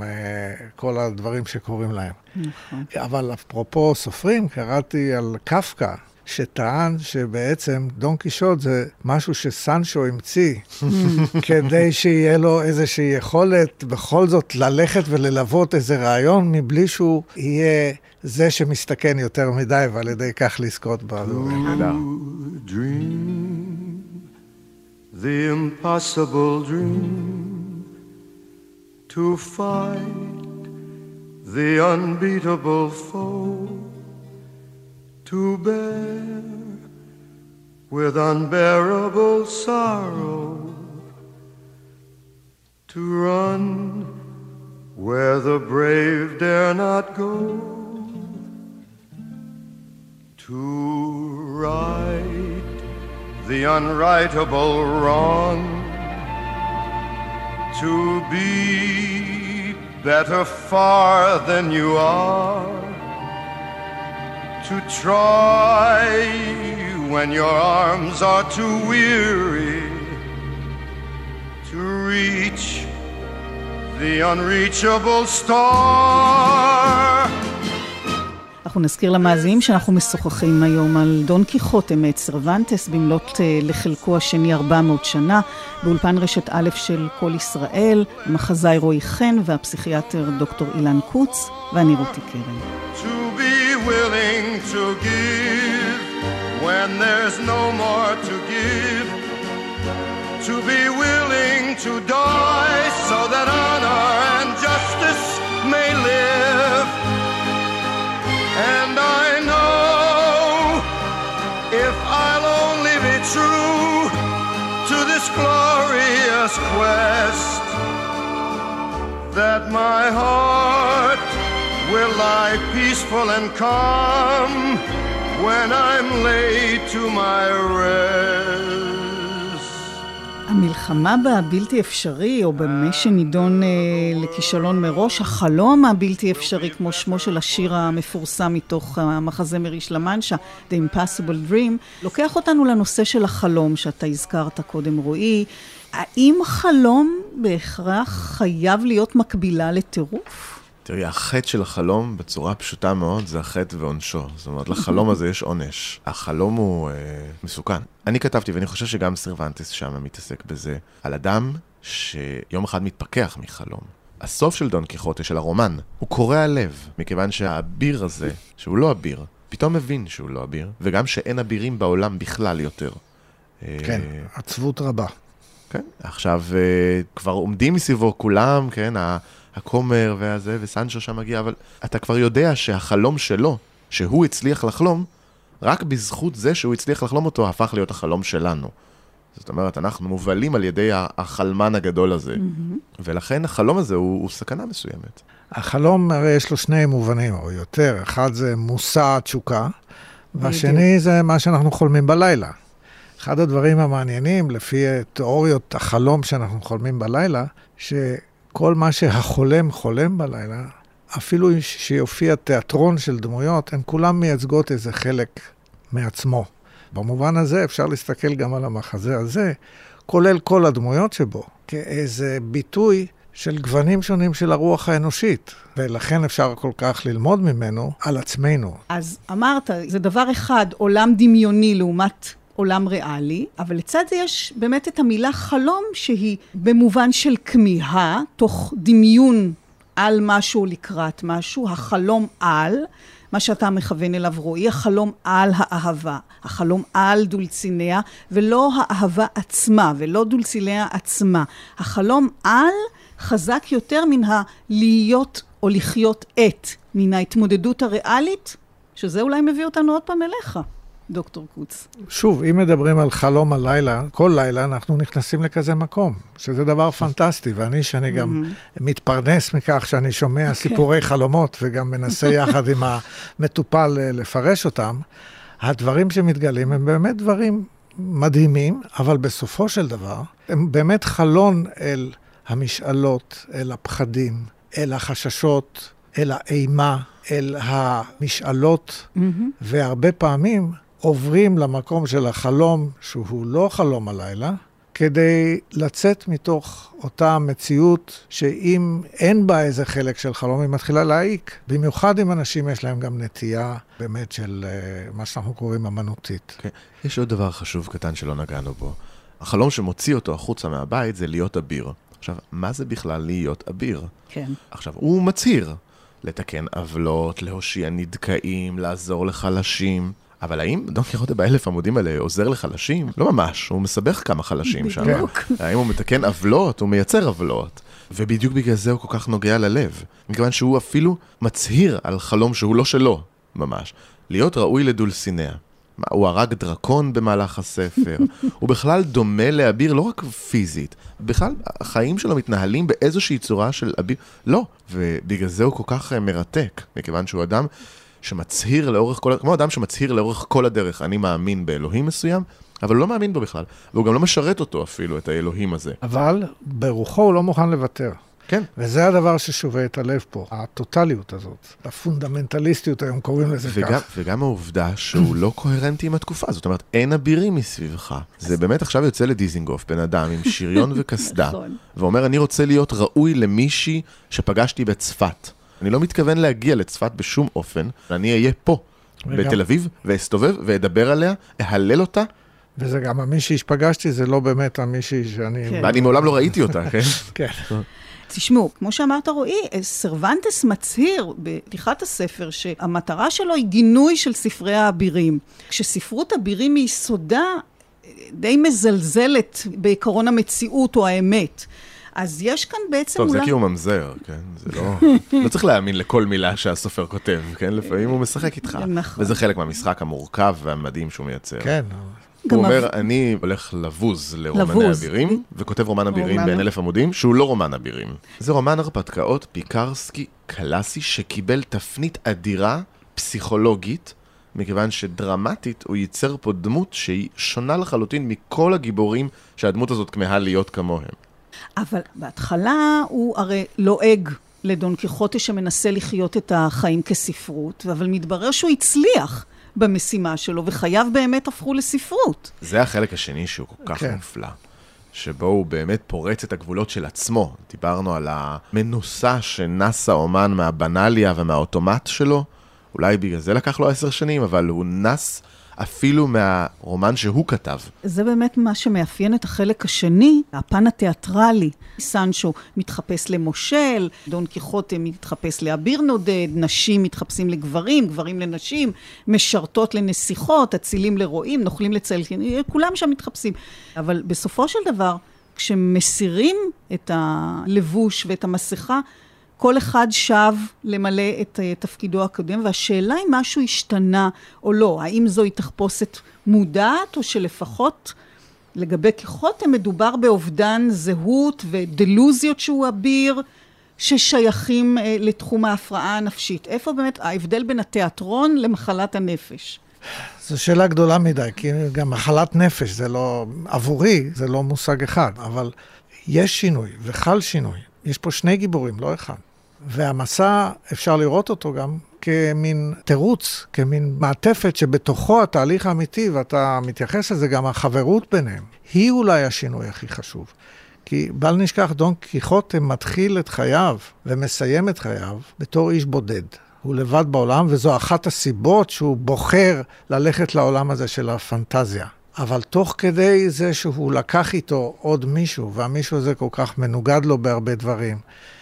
כל הדברים שקורים להם. נכון. אבל אפרופו סופרים, קראתי על קפקא, שטען שבעצם דון קישוט זה משהו שסנצ'ו המציא, כדי שיהיה לו איזושהי יכולת בכל זאת ללכת וללוות איזה רעיון, מבלי שהוא יהיה זה שמסתכן יותר מדי, ועל ידי כך לזכות בדברים. The impossible dream to fight the unbeatable foe, to bear with unbearable sorrow, to run where the brave dare not go, to right the unrightable wrong, to be better far than you are, to try when your arms are too weary, to reach the unreachable star. אנחנו נזכיר למאזינים שאנחנו משוחחים היום על דון קיחוטה מאת סרוונטס במלאת לחלקו השני 400 שנה באולפן רשת א' של כל ישראל, המחזאי רועי חן והפסיכיאטר דוקטור אילן קוץ ואני רותי קרן. To be willing to give when there's no more to give, to be willing to die so that honor and justice may live. And I know if I'll only be true to this glorious quest, that my heart will lie peaceful and calm when I'm laid to my rest. המלחמה בבלתי אפשרי, או במה שנידון לכישלון מראש, החלום הבלתי אפשרי, כמו שמו של השיר המפורסם מתוך המחזמר איש למנשה, The Impossible Dream, לוקח אותנו לנושא של החלום שאתה הזכרת קודם, רועי. האם חלום בהכרח חייב להיות מקבילה לטירוף? תראי, החטא של החלום בצורה פשוטה מאוד זה החטא ועונשו. זאת אומרת, לחלום הזה יש עונש. החלום הוא מסוכן. אני כתבתי, ואני חושב שגם סרוונטס שם מתעסק בזה, על אדם שיום אחד מתפכח מחלום. הסוף של דון קיחוטה, של הרומן, הוא קורע לב, מכיוון שהאביר הזה, שהוא לא אביר, פתאום מבין שהוא לא אביר, וגם שאין אבירים בעולם בכלל יותר. כן, עצבות רבה. כן, עכשיו כבר עומדים מסביבו כולם, כן, הכומר והזה, וסנצ'ו שם מגיע, אבל אתה כבר יודע שהחלום שלו, שהוא הצליח לחלום, רק בזכות זה שהוא הצליח לחלום אותו, הפך להיות החלום שלנו. זאת אומרת, אנחנו מובלים על ידי החלמן הגדול הזה, ולכן החלום הזה הוא סכנה מסוימת. החלום הרי יש לו שני מובנים, או יותר. אחד זה מושא התשוקה, והשני זה מה שאנחנו חולמים בלילה. אחד הדברים המעניינים, לפי תיאוריות החלום שאנחנו חולמים בלילה, שכל מה שהחולם חולם בלילה, אפילו שיופיע תיאטרון של דמויות, הן כולם מייצגות איזה חלק מעצמו. במובן הזה אפשר להסתכל גם על המחזה הזה, כולל כל הדמויות שבו, כאיזה ביטוי של גוונים שונים של הרוח האנושית, ולכן אפשר כל כך ללמוד ממנו על עצמנו. אז אמרת, זה דבר אחד, עולם דמיוני לעומת עולם ריאלי, אבל לצד זה יש באמת את המילה חלום, שהיא במובן של כמיהה, תוך דמיון על משהו לקראת משהו, החלום על, מה שאתה מכוון אליו רועי, החלום על האהבה, החלום על דולציניה, ולא האהבה עצמה, ולא דולציניה עצמה. החלום על חזק יותר מן הלהיות או לחיות מן ההתמודדות הריאלית, שזה אולי מביא אותנו עוד פעם אליך, דוקטור קוץ. שוב, אם מדברים על חלום הלילה, כל לילה אנחנו נכנסים לכזה מקום, שזה דבר פנטסטי, שאני גם מתפרנס מכך שאני שומע סיפורי חלומות, וגם מנסה יחד עם המטופל לפרש אותם. הדברים שמתגלים הם באמת דברים מדהימים, אבל בסופו של דבר, הם באמת חלון אל המשאלות, אל הפחדים, אל החששות, אל האימה, אל המשאלות, והרבה פעמים עוברים למקום של החלום, שהוא לא חלום הלילה, כדי לצאת מתוך אותה מציאות שאם אין בה איזה חלק של חלום, היא מתחילה להעיק. במיוחד אם אנשים יש להם גם נטייה באמת של מה שאנחנו קוראים אמנותית. Okay. יש עוד דבר חשוב קטן שלא נגענו בו. החלום שמוציא אותו החוצה מהבית זה להיות אביר. עכשיו, מה זה בכלל להיות אביר? כן. עכשיו, הוא מצהיר לתקן עוולות, להושיע נדכאים, לעזור לחלשים. אבל האם דון קיחוטה ב1000 עמודים האלה עוזר לחלשים? לא ממש, הוא מסבך כמה חלשים שם. בדיוק. האם הוא מתקן עוולות? הוא מייצר עוולות. ובדיוק בגלל זה הוא כל כך נוגע ללב. מכיוון שהוא אפילו מצהיר על חלום שהוא לא שלו, ממש. להיות ראוי לדולסיניה. הוא הרג דרקון במהלך הספר. הוא בכלל דומה לאביר, לא רק פיזית. בכלל, החיים שלו מתנהלים באיזושהי צורה של אביר. לא. ובגלל זה הוא כל כך מרתק. מכיוון שהוא אדם שמצהיר לאורך כל, כמו אדם שמצהיר לאורך כל הדרך, אני מאמין באלוהים מסוים, אבל הוא לא מאמין בו בכלל. והוא גם לא משרת אותו אפילו, את האלוהים הזה. אבל ברוחו הוא לא מוכן לוותר. כן. וזה הדבר ששובה את הלב פה, הטוטליות הזאת, הפונדמנטליסטיות היום קוראים לזה כך. וגם העובדה שהוא לא קוהרנטי עם התקופה, זאת אומרת, אין אבירים מסביבך. זה באמת עכשיו יוצא לדיזינגוף, בן אדם עם שריון וכסדה, ואומר, אני רוצה להיות ראוי למישהי שפגשתי בצפת. אני לא מתכוון להגיע לצפת בשום אופן, אני אהיה פה, בתל אביב, ואסתובב ואדבר עליה, אהלל אותה. וזה גם המישהי שפגשתי, זה לא באמת המישהי שאני... ואני מעולם לא ראיתי אותה, כן? כן. תשמעו, כמו שאמרת רועי, סרוונטס מצהיר בפתיחת הספר שהמטרה שלו היא גינוי של ספרי האבירים. כשספרות אבירים מיסודה די מזלזלת בעקרון המציאות או האמת. אז יש כאן בעצם טוב, זה כי הוא ממזר, כן? זה לא צריך להאמין לכל מילה שהסופר כותב, כן? לפעמים הוא משחק איתך. וזה חלק מהמשחק המורכב והמדהים שהוא מייצר. כן. הוא אומר, אני הולך לבוז לרומני אבירים, וכותב רומן אבירים בין 1000 עמודים, שהוא לא רומן אבירים. זה רומן הרפתקאות פיקרסקי קלאסי, שקיבל תפנית אדירה פסיכולוגית, מכיוון שדרמטית הוא ייצר פה דמות שהיא שונה לחלוטין מכל הגיבורים שהדמות הזאת כמהה להיות כמוהם. אבל בהתחלה הוא הרי לועג לדון קיחוטה שמנסה לחיות את החיים כספרות, אבל מתברר שהוא הצליח במשימה שלו, וחייו באמת הפכו לספרות. זה החלק השני שהוא כל כך מופלא, שבו הוא באמת פורץ את הגבולות של עצמו. דיברנו על המנוסה שנס האומן מהבנליה ומהאוטומט שלו, אולי בגלל זה לקח לו 10 שנים, אבל הוא נס אפילו מהרומן שהוא כתב. זה באמת מה שמאפיין את החלק השני, הפן התיאטרלי. סנצ'ו מתחפש למושל, דון קיחוטה מתחפש לאביר נודד, נשים מתחפשים לגברים, גברים לנשים, משרתות לנסיכות, אצילים לרועים, נוכלים לצלחים, כולם שם מתחפשים. אבל בסופו של דבר, כשמסירים את הלבוש ואת המסכה, כל אחד שב למלא את תפקידו הקודם, והשאלה אם משהו השתנה או לא, האם זוהי תחפושת מודעת, או שלפחות לגבי קיחוטה מדובר באובדן זהות ודלוזיות שהוא אביר, ששייכים לתחום ההפרעה הנפשית. איפה באמת ההבדל בין התיאטרון למחלת הנפש? זו שאלה גדולה מדי, כי גם מחלת נפש זה לא, עבורי זה לא מושג אחד, אבל יש שינוי וחל שינוי. יש פה 2 גיבורים, לא אחד. והמסע, אפשר לראות אותו גם כמין תירוץ, כמין מעטפת שבתוכו התהליך האמיתי, ואתה מתייחס לזה גם החברות ביניהם, היא אולי השינוי הכי חשוב. כי בל נשכח, דון קיחוטה מתחיל את חייו ומסיים את חייו בתור איש בודד. הוא לבד בעולם, וזו אחת הסיבות שהוא בוחר ללכת לעולם הזה של הפנטזיה. אבל תוך כדי זה שהוא לקח איתו עוד מישהו, והמישהו הזה כל כך מנוגד לו בהרבה דברים,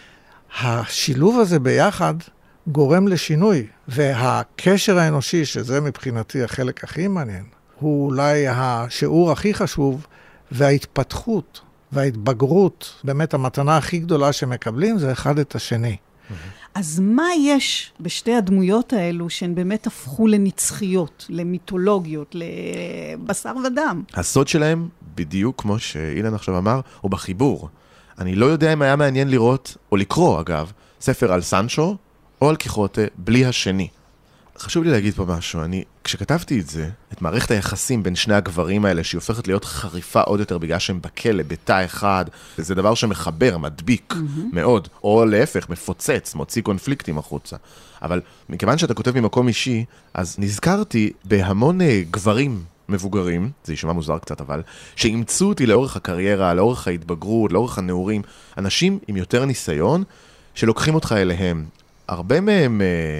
השילוב הזה ביחד גורם לשינוי, והקשר האנושי, שזה מבחינתי החלק הכי מעניין, הוא אולי השיעור הכי חשוב, וההתפתחות וההתבגרות, באמת המתנה הכי גדולה שמקבלים, זה אחד את השני. אז מה יש בשתי הדמויות האלו שהן באמת הפכו לנצחיות, למיתולוגיות, לבשר ודם? הסוד שלהם, בדיוק כמו שאילן עכשיו אמר, הוא בחיבור. אני לא יודע אם היה מעניין לראות, או לקרוא אגב, ספר על סנצ'ו או על קיחוטה בלי השני. חשוב לי להגיד פה משהו, כשכתבתי את זה, את מערכת היחסים בין שני הגברים האלה, שהיא הופכת להיות חריפה עוד יותר בגלל שהם בכלא, בתא אחד, זה דבר שמחבר, מדביק מאוד, או להפך, מפוצץ, מוציא קונפליקטים החוצה. אבל מכיוון שאתה כותב ממקום אישי, אז נזכרתי בהמון גברים מבוגרים, זה יישמע מוזר קצת אבל, שאימצו אותי לאורך הקריירה, לאורך ההתבגרות, לאורך הנעורים, אנשים עם יותר ניסיון שלוקחים אותך אליהם. הרבה מהם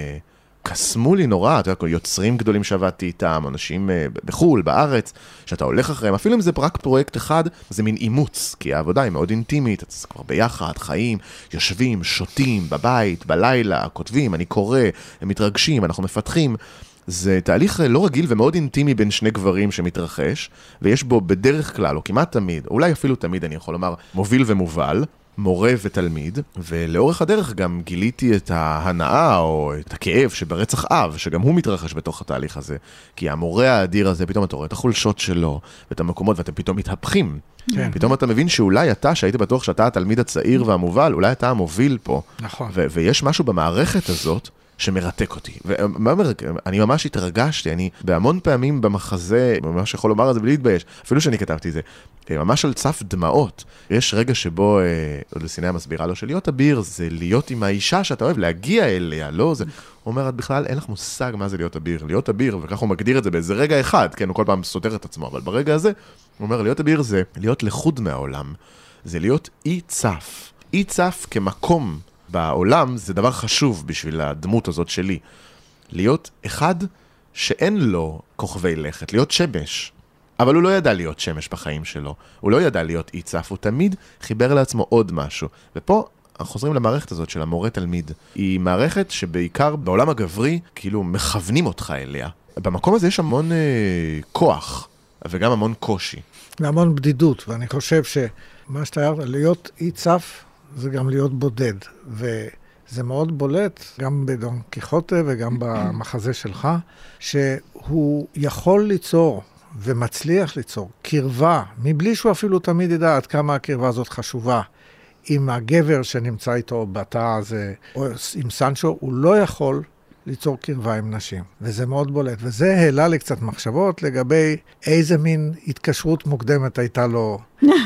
קסמו לי נורא, אתה יודע, יוצרים גדולים שעבדתי איתם, אנשים בחול, בארץ, שאתה הולך אחריהם, אפילו אם זה רק פרויקט אחד, זה מין אימוץ, כי העבודה היא מאוד אינטימית, אתה כבר ביחד, חיים, יושבים, שותים, בבית, בלילה, כותבים, אני קורא, הם מתרגשים, אנחנו מפתחים. זה תהליך לא רגיל ומאוד אינטימי בין שני גברים שמתרחש, ויש בו בדרך כלל, או כמעט תמיד, אולי אפילו תמיד אני יכול לומר, מוביל ומובל, מורה ותלמיד, ולאורך הדרך גם גיליתי את ההנאה או את הכאב שברצח אב, שגם הוא מתרחש בתוך התהליך הזה, כי המורה האדיר הזה, פתאום אתה רואה את החולשות שלו, ואת המקומות, ואתם פתאום מתהפכים. כן. פתאום אתה מבין שאולי אתה, שהיית בטוח שאתה התלמיד הצעיר והמובל, אולי אתה המוביל פה. נכון. ויש משהו במערכת הזאת, שמרתק אותי. אני ממש התרגשתי, אני בהמון פעמים במחזה, ממש יכול לומר את זה בלי להתבייש, אפילו שאני כתבתי את זה, ממש על צף דמעות. יש רגע שבו, עוד לסיני המסבירה לו, שלהיות אביר זה להיות עם האישה שאתה אוהב, להגיע אליה, לא זה. הוא אומר, את בכלל אין לך מושג מה זה להיות אביר. להיות אביר, וכך הוא מגדיר את זה באיזה רגע אחד, כן, הוא כל פעם סותר את עצמו, אבל ברגע הזה, הוא אומר, להיות אביר זה להיות לחוד מהעולם. זה להיות אי צף. אי צף כמקום בעולם זה דבר חשוב בשביל הדמות הזאת שלי. להיות אחד שאין לו כוכבי לכת, להיות שמש. אבל הוא לא ידע להיות שמש בחיים שלו. הוא לא ידע להיות אי צף, הוא תמיד חיבר לעצמו עוד משהו. ופה אנחנו חוזרים למערכת הזאת של המורה תלמיד. היא מערכת שבעיקר בעולם הגברי כאילו מכוונים אותך אליה. במקום הזה יש המון כוח וגם המון קושי. והמון בדידות, ואני חושב שמה שאתה אומר, להיות אי צף זה גם להיות בודד, וזה מאוד בולט, גם בדון קיחוטה וגם במחזה שלך, שהוא יכול ליצור ומצליח ליצור קרבה, מבלי שהוא אפילו תמיד ידע עד כמה הקרבה הזאת חשובה. עם הגבר שנמצא איתו בתא הזה, או עם סנצ'ו, הוא לא יכול ליצור קרבה עם נשים, וזה מאוד בולט. וזה העלה לי קצת מחשבות לגבי איזה מין התקשרות מוקדמת הייתה לו.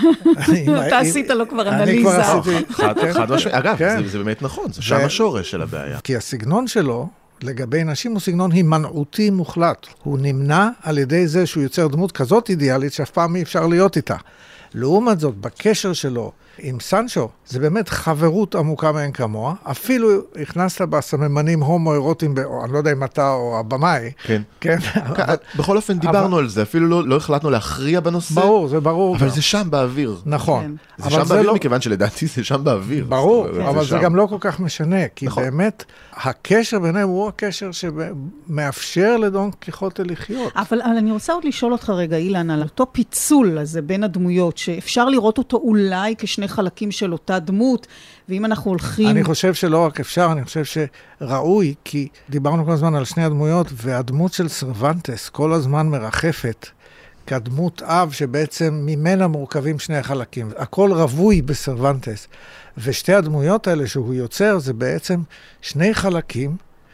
אתה עשית לו כבר אנליזה. אני כבר עשיתי. חד משמעית. אגב, זה באמת נכון, זה שם השורש של הבעיה. כי הסגנון שלו, לגבי נשים, הוא סגנון הימנעותי מוחלט. הוא נמנע על ידי זה שהוא יוצר דמות כזאת אידיאלית, שאף פעם אי אפשר להיות איתה. לעומת זאת, בקשר שלו עם סנצ'ו, זה באמת חברות עמוקה מאין כמוה. אפילו הכנסת בסממנים הומואירוטיים, אני לא יודע אם אתה או הבמאי. כן. כן. בכל אופן דיברנו על זה, אפילו לא החלטנו להכריע בנושא. ברור, זה ברור. אבל זה שם באוויר. נכון. זה שם באוויר מכיוון שלדעתי זה שם באוויר. ברור, אבל זה גם לא כל כך משנה, כי באמת הקשר ביניהם הוא הקשר שמאפשר לדון קיחוטה לחיות. אבל אני רוצה עוד לשאול אותך רגע, אילן, על אותו פיצול הזה בין הדמויות, שאפשר לראות אותו אולי כשני חלקים של אותה דמות, ואם אנחנו הולכים... אני חושב שלא רק אפשר, אני חושב שראוי, כי דיברנו כל הזמן על שני הדמויות, והדמות של סרוונטס כל הזמן מרחפת, כדמות אב שבעצם ממנה מורכבים שני החלקים. הכל רווי בסרוונטס. ושתי הדמויות האלה שהוא יוצר, זה בעצם שני חלקים,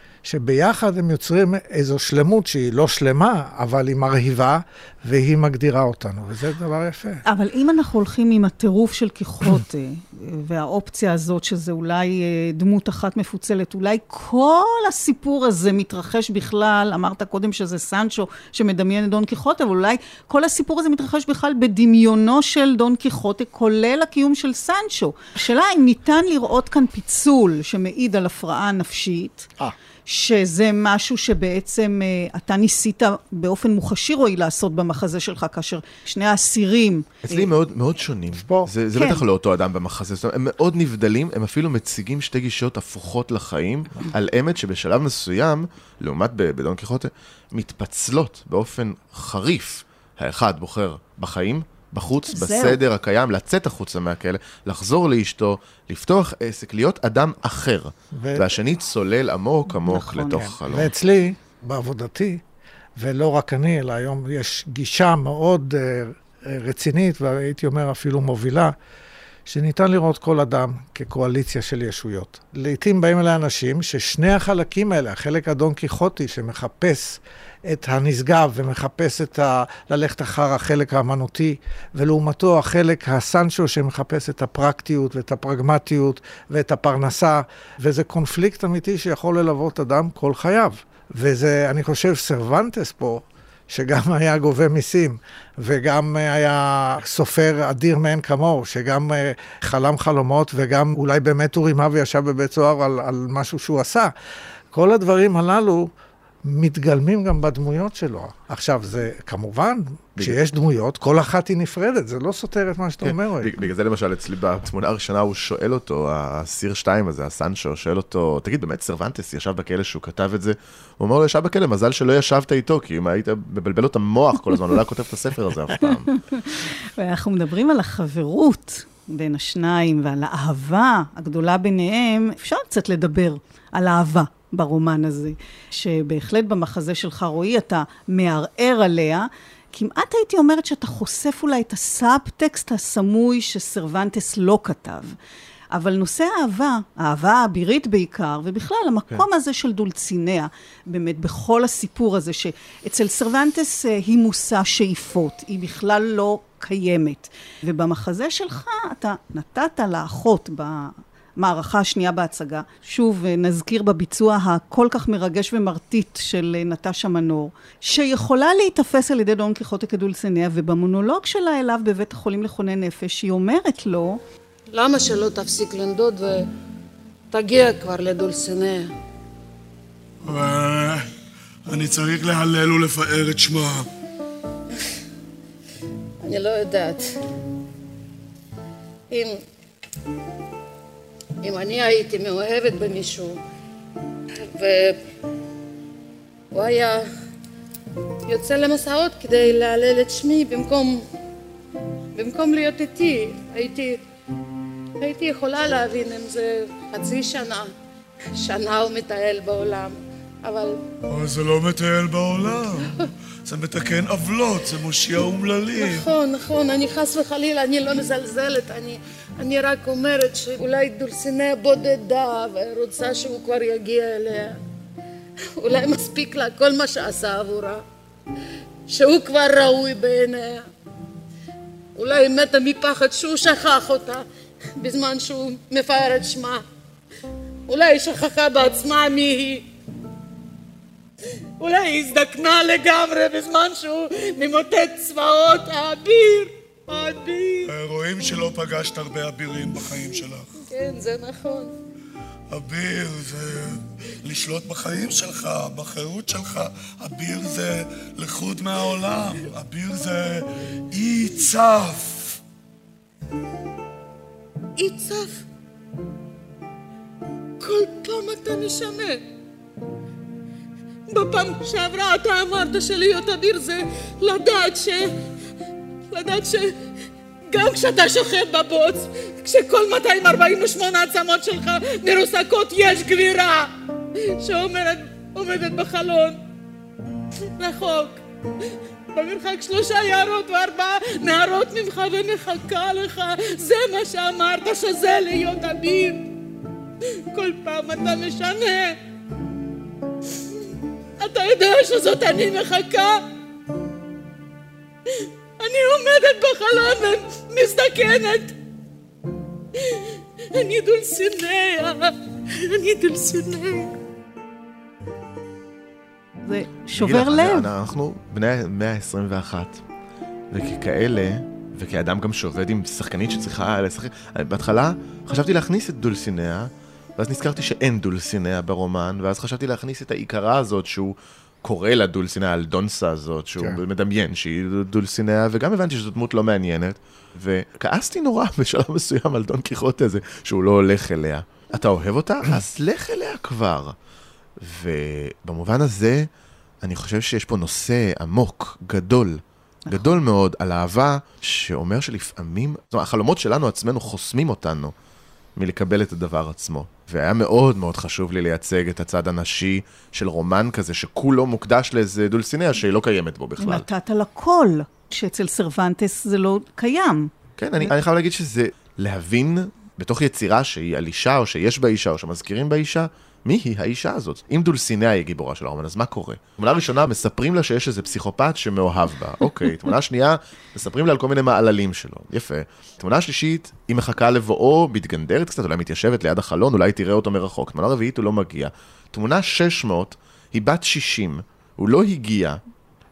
שביחד הם יוצרים איזו שלמות שהיא לא שלמה, אבל היא מרהיבה, והיא מגדירה אותנו, וזה דבר יפה. אבל אם אנחנו הולכים עם הטירוף של קיחוטה, והאופציה הזאת שזה אולי דמות אחת מפוצלת, אולי כל הסיפור הזה מתרחש בכלל, אמרת קודם שזה סנצ'ו שמדמיין את דון קיחוטה, אבל אולי כל הסיפור הזה מתרחש בכלל בדמיונו של דון קיחוטה, כולל הקיום של סנצ'ו. השאלה אם ניתן לראות כאן פיצול שמעיד על הפרעה נפשית, שזה משהו שבעצם אתה ניסית באופן מוחשי רואי לעשות במחזה שלך, כאשר שני האסירים... אצלי מאוד שונים. זה בטח לא אותו אדם במחזה. הם מאוד נבדלים, הם אפילו מציגים שתי גישות הפוכות לחיים, על אמת שבשלב מסוים, לעומת בדון קיחוטה, מתפצלות באופן חריף. האחד בוחר בחיים, בחוץ, בסדר הקיים, לצאת החוצה מהכלא, לחזור לאשתו, לפתוח עסק, להיות אדם אחר. והשני צולל עמוק לתוך חלום. ואצלי, בעבודתי, ולא רק אני, אלא היום יש גישה מאוד רצינית, והייתי אומר אפילו מובילה, שניתן לראות כל אדם כקואליציה של ישויות. לעתים באים אלה אנשים ששני החלקים האלה, החלק הדון קיחוטי שמחפש את הנשגב ומחפש ללכת אחר החלק האמנותי, ולעומתו החלק הסנצ'ו שמחפש את הפרקטיות ואת הפרגמטיות ואת הפרנסה, וזה קונפליקט אמיתי שיכול ללוות אדם כל חייו. וזה, אני חושב, סרוונטס פה, שגם היה גובה מיסים, וגם היה סופר אדיר מאין כמוהו, שגם חלם חלומות, וגם אולי באמת הוא רימה וישב בבית סוהר על משהו שהוא עשה. כל הדברים הללו מתגלמים גם בדמויות שלו. עכשיו, זה כמובן, כשיש דמויות, כל אחת היא נפרדת, זה לא סותר את מה שאתה אומר. בגלל זה למשל אצלי בתמונה הראשונה הוא שואל אותו, הסיר 2 הזה, הסנצ'ו, שואל אותו, תגיד, באמת סרוונטס ישב בכלא שהוא כתב את זה? הוא אומר לו, ישב בכלא, מזל שלא ישבת איתו, כי אם היית מבלבל לו את המוח כל הזמן, הוא לא כותב את הספר הזה אף פעם. ואנחנו מדברים על החברות בין השניים ועל האהבה הגדולה ביניהם, אפשר קצת לדבר על אהבה. ברומן הזה, שבהחלט במחזה שלך רואי אתה מערער עליה, כמעט הייתי אומרת שאתה חושף אולי את הסאבטקסט הסמוי שסרוונטס לא כתב. אבל נושא האהבה האבירית בעיקר, ובכלל המקום הזה של דולציניה, באמת בכל הסיפור הזה, שאצל סרוונטס היא מושא שאיפות, היא בכלל לא קיימת. ובמחזה שלך אתה נתת לאחות מערכה השנייה בהצגה. שוב, נזכיר בביצוע הכל כך מרגש ומרטיט של נטשה מנור, שיכולה להתאפס על ידי דון קיחוטה כדולציניה, ובמונולוג שלה אליו בבית החולים לחולי נפש, היא אומרת לו, למה שלא תפסיק לנדוד ותגיע כבר לדולציניה? אני צריך להלל ולפאר את שמה. אני לא יודעת. אם אני הייתי מאוהבת במישהו, והוא היה יוצא למסעות כדי להלל את שמי במקום להיות איתי, הייתי יכולה להבין אם זה חצי שנה הוא מטייל בעולם, אבל זה לא מטייל בעולם, זה מתקן עוולות, זה מושיע אומללים. נכון, אני חס וחלילה, אני לא מזלזלת, אני רק אומרת שאולי דולציניה בודדה ורוצה שהוא כבר יגיע אליה. אולי מספיק לה כל מה שעשה עבורה, שהוא כבר ראוי בעיניה. אולי היא מתה מפחד שהוא שכח אותה בזמן שהוא מפאר את שמה. אולי היא שכחה בעצמה מי היא. אולי היא הזדקנה לגמרי בזמן שהוא ממוטט צבאות האביר. רואים שלא פגשת הרבה אבירים בחיים שלך. כן, זה נכון. אביר זה לשלוט בחיים שלך, בחירות שלך. אביר זה לחוד מהעולם. אביר זה אי צף. אי צף? כל פעם אתה משנה. בפעם שעברה אתה אמרת שלהיות אביר זה לדעת שגם כשאתה שוכב בבוץ, כשכל 248 העצמות שלך מרוסקות, יש גבירה שעומדת בחלון רחוק במרחק 3 יערות ו4 נערות ממך ומחכה לך. זה מה שאמרת שזה להיות אביר. כל פעם אתה משנה. אתה יודע שזאת אני מחכה? אני עומדת בחלון ומזדקנת. אני דולציניה. זה שובר לב. אנחנו בני 121, וככאלה, וכאדם גם שעובד עם שחקנית שצריכה לשחק, בהתחלה חשבתי להכניס את דולציניה, ואז נזכרתי שאין דולציניה ברומן, ואז חשבתי להכניס את העיקרה הזאת שהוא קורא לה דולציניה, על דונסה הזאת, שהוא מדמיין שהיא דולציניה, וגם הבנתי שזאת דמות לא מעניינת, וכעסתי נורא בשלב מסוים על דון קיחוטה הזה, שהוא לא הולך אליה. אתה אוהב אותה? אז לך אליה כבר. ובמובן הזה, אני חושב שיש פה נושא עמוק, גדול מאוד, על אהבה, שאומר שלפעמים, זאת אומרת, החלומות שלנו עצמנו חוסמים אותנו מלקבל את הדבר עצמו. והיה מאוד מאוד חשוב לי לייצג את הצד הנשי של רומן כזה, שכולו מוקדש לאיזה דולציניה שהיא לא קיימת בו בכלל. נתת לכל, שאצל סרוונטס זה לא קיים. כן, אני חייב להגיד שזה להבין בתוך יצירה שהיא על אישה, או שיש בה אישה, או שמזכירים בה אישה, מי היא האישה הזאת? אם דולציניה היא גיבורה של הרומן, אז מה קורה? תמונה ראשונה, מספרים לה שיש איזה פסיכופת שמאוהב בה. אוקיי, תמונה שנייה, מספרים לה על כל מיני מעללים שלו. יפה. תמונה שלישית, היא מחכה לבואו, מתגנדרת קצת, אולי מתיישבת ליד החלון, אולי תראה אותו מרחוק. תמונה רביעית, הוא לא מגיע. תמונה 600, היא בת 60, הוא לא הגיע,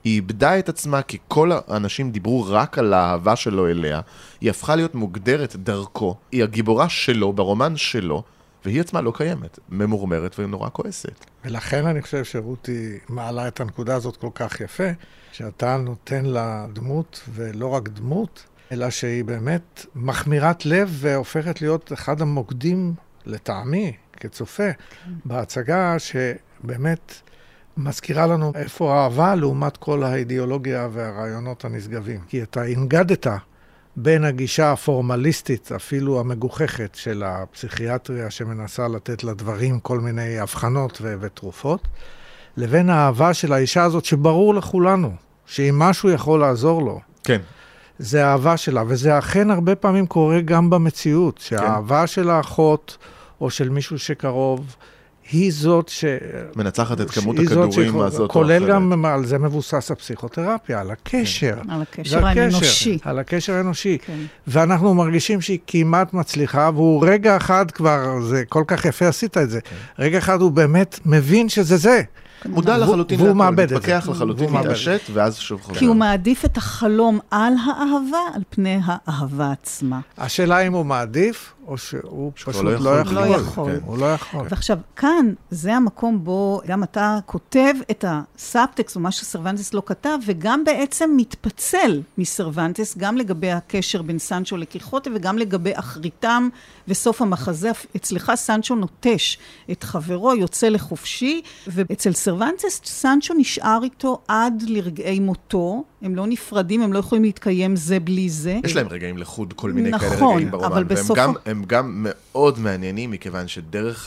היא איבדה את עצמה כי כל האנשים דיברו רק על האהבה שלו אליה, היא הפכה להיות מוגדרת דרכו, היא הגיבורה שלו, ברומן שלו, והיא עצמה לא קיימת, ממורמרת ונורא כועסת. ולכן אני חושב שרותי מעלה את הנקודה הזאת כל כך יפה, שאתה נותן לה דמות, ולא רק דמות, אלא שהיא באמת מחמירת לב והופכת להיות אחד המוקדים לטעמי, כצופה, בהצגה שבאמת מזכירה לנו איפה האהבה לעומת כל האידיאולוגיה והרעיונות הנשגבים. כי אתה הנגדת בין הגישה הפורמליסטית, אפילו המגוחכת של הפסיכיאטריה שמנסה לתת לדברים כל מיני הבחנות ותרופות, לבין האהבה של האישה הזאת שברור לכולנו, שאם משהו יכול לעזור לו. כן. זה האהבה שלה, וזה אכן הרבה פעמים קורה גם במציאות, שהאהבה של האחות או של מישהו שקרוב, היא זאת מנצחת את כמות הכדורים הזאת. כולל גם על זה מבוסס הפסיכותרפיה, על הקשר. על הקשר האנושי. על הקשר האנושי. ואנחנו מרגישים שהיא כמעט מצליחה, והוא רגע אחד כבר, זה כל כך יפה עשית את זה, רגע אחד הוא באמת מבין שזה זה. מודע לחלוטין, והוא מאבד את זה. מתפכח לחלוטין, מתעשת, ואז שוב חוזר. כי הוא מעדיף את החלום על האהבה, על פני האהבה עצמה. השאלה אם הוא מעדיף, או שהוא פשוט לא יכול. הוא לא יכול. ועכשיו, כאן זה המקום בו גם אתה כותב את הסאבטקסט, או מה שסרוונטס לא כתב, וגם בעצם מתפצל מסרוונטס, גם לגבי הקשר בין סנצ'ו לקיחוטה, וגם לגבי אחריתם וסוף המחזה. אצלך סנצ'ו נוטש את חברו, יוצא לחופשי, ואצל סרוונטס סנצ'ו נשאר איתו עד לרגעי מותו, הם לא נפרדים, הם לא יכולים להתקיים זה בלי זה. יש להם רגעים לחוד, כל מיני כאלה נכון, רגעים ברומן, אבל בסוף... הם גם מאוד מעניינים, מכיוון שדרך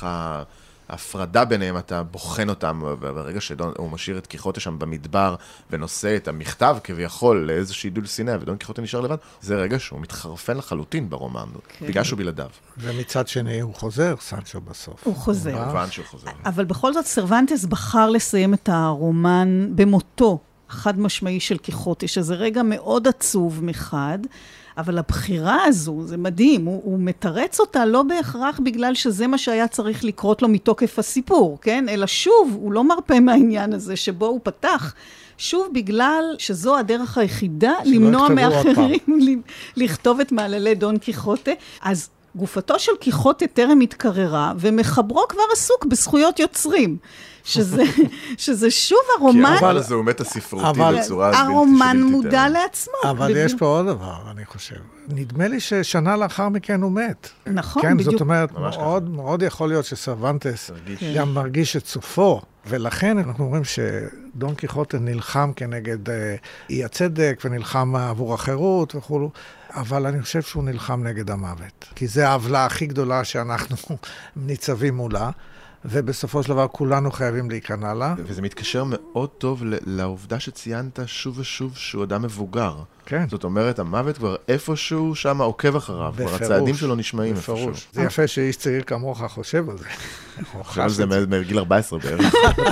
ההפרדה ביניהם אתה בוחן אותם, ברגע שהוא משאיר את קיחוטה שם במדבר, ונושא את המכתב כביכול לאיזושהי דולסינה, ודון קיחוטה נשאר לבד, זה רגע שהוא מתחרפן לחלוטין ברומן, בגלל שהוא בלעדיו. ומצד שני הוא חוזר, סנצ'ו בסוף. הוא חוזר. כמובן שהוא חוזר. אבל בכל זאת סרוונטס בחר לסיים את הרומן במותו, חד משמעי של קיחוטה, שזה רגע מאוד עצוב מחד, אבל הבחירה הזו, זה מדהים, הוא מתרץ אותה לא בהכרח בגלל שזה מה שהיה צריך לקרות לו מתוקף הסיפור, כן? אלא שוב, הוא לא מרפא מהעניין הזה שבו הוא פתח, שוב בגלל שזו הדרך היחידה למנוע מאחרים לכתוב את מעללי דון קיחוטה, אז גופתו של קיחוטה טרם התקררה, ומחברו כבר עסוק בזכויות יוצרים. שזה שוב הרומן... כי הרומן הזה הוא מטה-ספרותי בצורה בלתי הרומן מודע לעצמו. אבל יש פה עוד דבר, אני חושב. נדמה לי ששנה לאחר מכן הוא מת. נכון, כן, בדיוק. זאת אומרת, מאוד יכול להיות שסרוונטס גם מרגיש את סופו, ולכן אנחנו אומרים שדון קיחוטה נלחם כנגד אי הצדק, ונלחם עבור החירות וכו', אבל אני חושב שהוא נלחם נגד המוות. כי זה העוולה הכי גדולה שאנחנו ניצבים מולה, ובסופו של דבר כולנו חייבים להיכנע לה. וזה מתקשר מאוד טוב לעובדה שציינת שוב ושוב שהוא אדם מבוגר. כן. זאת אומרת, המוות כבר איפשהו שם עוקב אחריו, כבר הצעדים שלו נשמעים איפשהו. זה יפה שאיש צעיר כמוך חושב על זה. חושב על זה מגיל 14 בערך.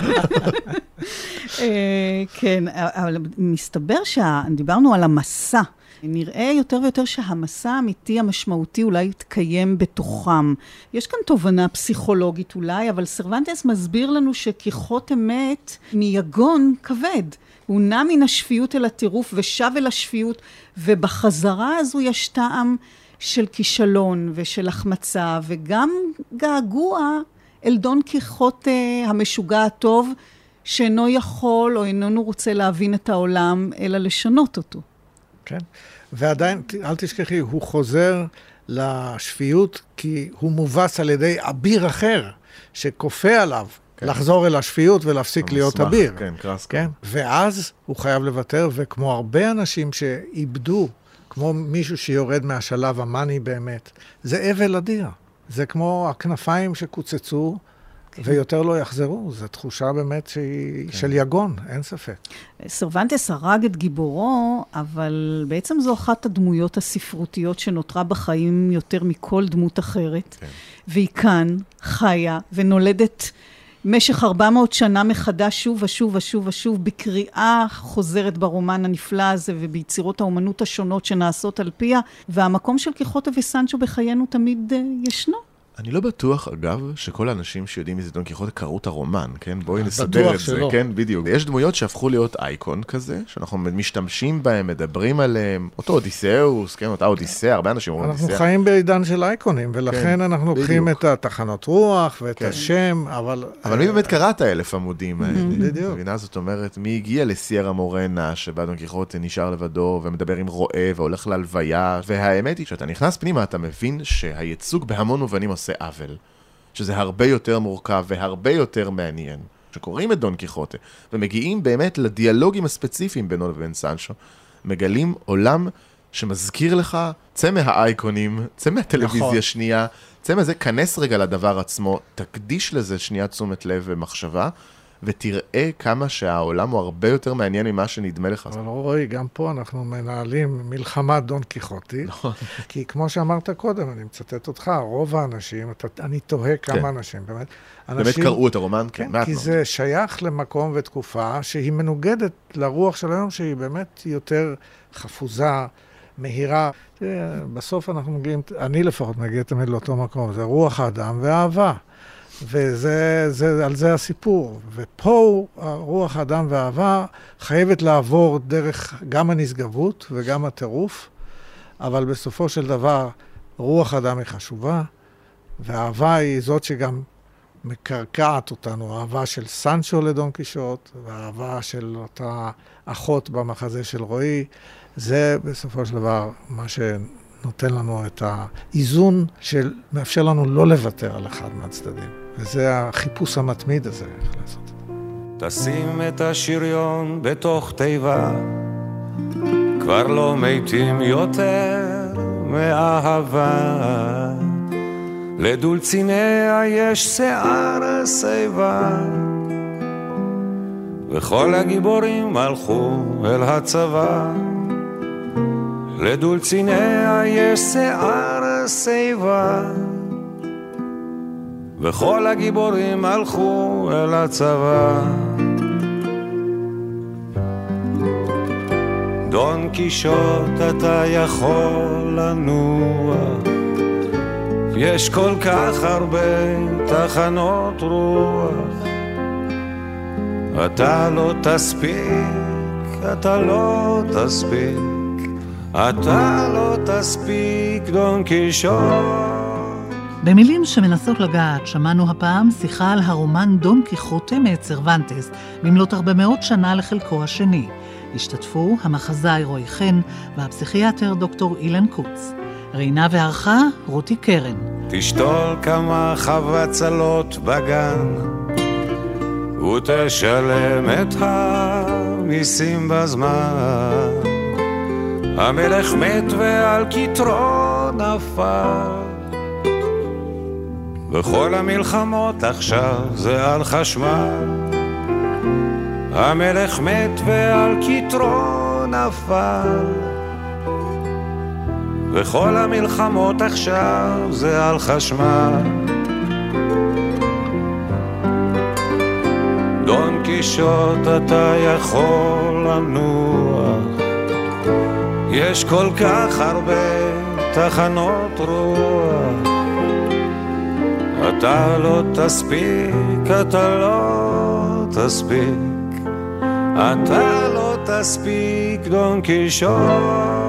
כן, אבל מסתבר שדיברנו על המסע. נראה יותר ויותר שהמסע האמיתי המשמעותי אולי יתקיים בתוכם. יש כאן תובנה פסיכולוגית אולי, אבל סרוונטס מסביר לנו שקיחוטה מת מיגון כבד. הוא נע מן השפיות אל הטירוף ושב אל השפיות, ובחזרה הזו יש טעם של כישלון ושל החמצה, וגם געגוע אל דון קיחוטה המשוגע הטוב, שאינו יכול או איננו רוצה להבין את העולם, אלא לשנות אותו. כן, ועדיין, אל תשכחי, הוא חוזר לשפיות, כי הוא מובס על ידי אביר אחר, שכופה עליו לחזור אל השפיות ולהפסיק להיות אביר. כן, קרסקו. כן? ואז הוא חייב לוותר, וכמו הרבה אנשים שאיבדו, כמו מישהו שיורד מהשלב המאני באמת, זה אבל אדיר. זה כמו הכנפיים שקוצצו, ויותר לא יחזרו. זו תחושה באמת של יגון, אין ספק. סרוונטס הרג את גיבורו, אבל בעצם זו אחת הדמויות הספרותיות שנותרה בחיים יותר מכל דמות אחרת. והיא כאן, חיה, ונולדת משך 400 שנה מחדש שוב ושוב ושוב ושוב, בקריאה חוזרת ברומן הנפלא הזה, וביצירות האומנות השונות שנעשות על פיה, והמקום של קיחוטה וסנצ'ו בחיינו תמיד ישנו. אני לא בטוח, אגב, שכל האנשים שיודעים מזה דון קיחוטה קראו את הרומן, כן? בואי נסבר את זה, כן? בדיוק. יש דמויות שהפכו להיות אייקון כזה, שאנחנו משתמשים בהם, מדברים עליהם, אותו אודיסאוס, כן? אותה אודיסאה, הרבה אנשים אומרים אודיסאה. אנחנו חיים בעידן של אייקונים, ולכן אנחנו לוקחים את התחנות רוח ואת השם, אבל... אבל מי באמת קרא את 1,000 עמודים האלה? בדיוק. מבינה, זאת אומרת, מי הגיע לסיירה מורנה, שבה דון קיחוטה נשאר לבדו, ומדבר עם רועה, והולך להלוויה, והאמת היא, שאתה נכנס פנימה, אתה מבין שהייצוג בהמון מובנים עושה עוול, שזה הרבה יותר מורכב והרבה יותר מעניין. שקוראים את דון קיחוטה, ומגיעים באמת לדיאלוגים הספציפיים בינו לבין סנצ'ו, מגלים עולם שמזכיר לך, צא מהאייקונים, צא מהטלוויזיה שנייה, צא מזה, כנס רגע לדבר עצמו, תקדיש לזה שנייה תשומת לב ומחשבה, ותראה כמה שהעולם הוא הרבה יותר מעניין ממה שנדמה לך. אבל רואי, גם פה אנחנו מנהלים מלחמת דון קיחוטי, כי כמו שאמרת קודם, אני מצטט אותך, רוב האנשים, אני תוהה כמה אנשים, באמת קראו את הרומן? כן, כי זה שייך למקום ותקופה שהיא מנוגדת לרוח של היום, שהיא באמת יותר חפוזה, מהירה. בסוף אנחנו מגיעים, אני לפחות מגיע תמיד לאותו מקום, זה רוח האדם והאהבה. ועל זה הסיפור. ופה רוח האדם והאהבה חייבת לעבור דרך גם הנשגבות וגם הטירוף, אבל בסופו של דבר רוח האדם היא חשובה, והאהבה היא זאת שגם מקרקעת אותנו, האהבה של סנצ'ו לדון קישוט, והאהבה של אותה אחות במחזה של רועי, זה בסופו של דבר מה שנותן לנו את האיזון שמאפשר לנו לא לוותר על אחד מהצדדים. וזה החיפוש המתמיד הזה, איך לעשות. תשים את השריון בתוך תיבה, כבר לא מתים יותר מאהבה. לדולציניה יש שיער שיבה, וכל הגיבורים הלכו אל הצבא. לדולציניה יש שיער שיבה, וכל הגיבורים הלכו אל הצבא. דון קישוט אתה יכול לנוע, יש כל כך הרבה תחנות רוח. אתה לא תספיק, אתה לא תספיק, אתה לא תספיק דון קישוט. במילים שמנסות לגעת, שמענו הפעם שיחה על הרומן דון קיחוטה מאת סרוונטס, במלאת 400 שנה לחלקו השני. השתתפו המחזאי רועי חן והפסיכיאטר דוקטור אילן קוץ. ראינה וערכה רותי קרן. תשתול כמה חבצלות בגן, ותשלם את המיסים בזמן. המלך מת ועל כתרו נפל, וכל המלחמות עכשיו זה על חשמל. המלך מת ועל כתרו נפל, וכל המלחמות עכשיו זה על חשמל. דון קישוט אתה יכול לנוח, יש כל כך הרבה תחנות רוח. אתה לא תספיק, אתה לא תספיק, אתה לא תספיק דון קישוט.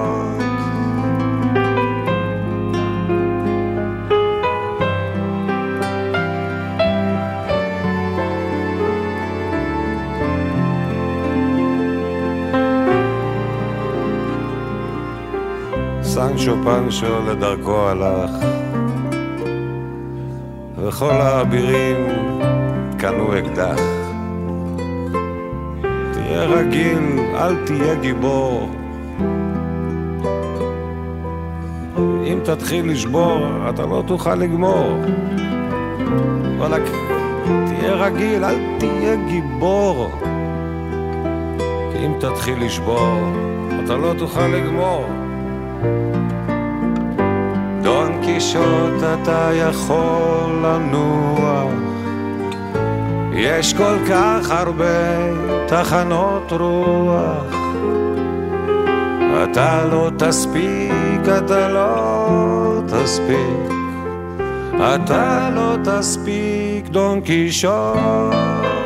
סנצ'ו פנצ'ו לדרכו הלך, וכל האבירים קנו אקדח. תהיה רגיל, אל תהיה גיבור, אם תתחיל לשבור אתה לא תוכל לגמור. וואלק, תהיה רגיל, אל תהיה גיבור, כי אם תתחיל לשבור אתה לא תוכל לגמור. דון קישוט אתה יכול לנוח, יש כל כך הרבה תחנות רוח. אתה לא תספיק, אתה לא תספיק, אתה לא תספיק דון קישוט.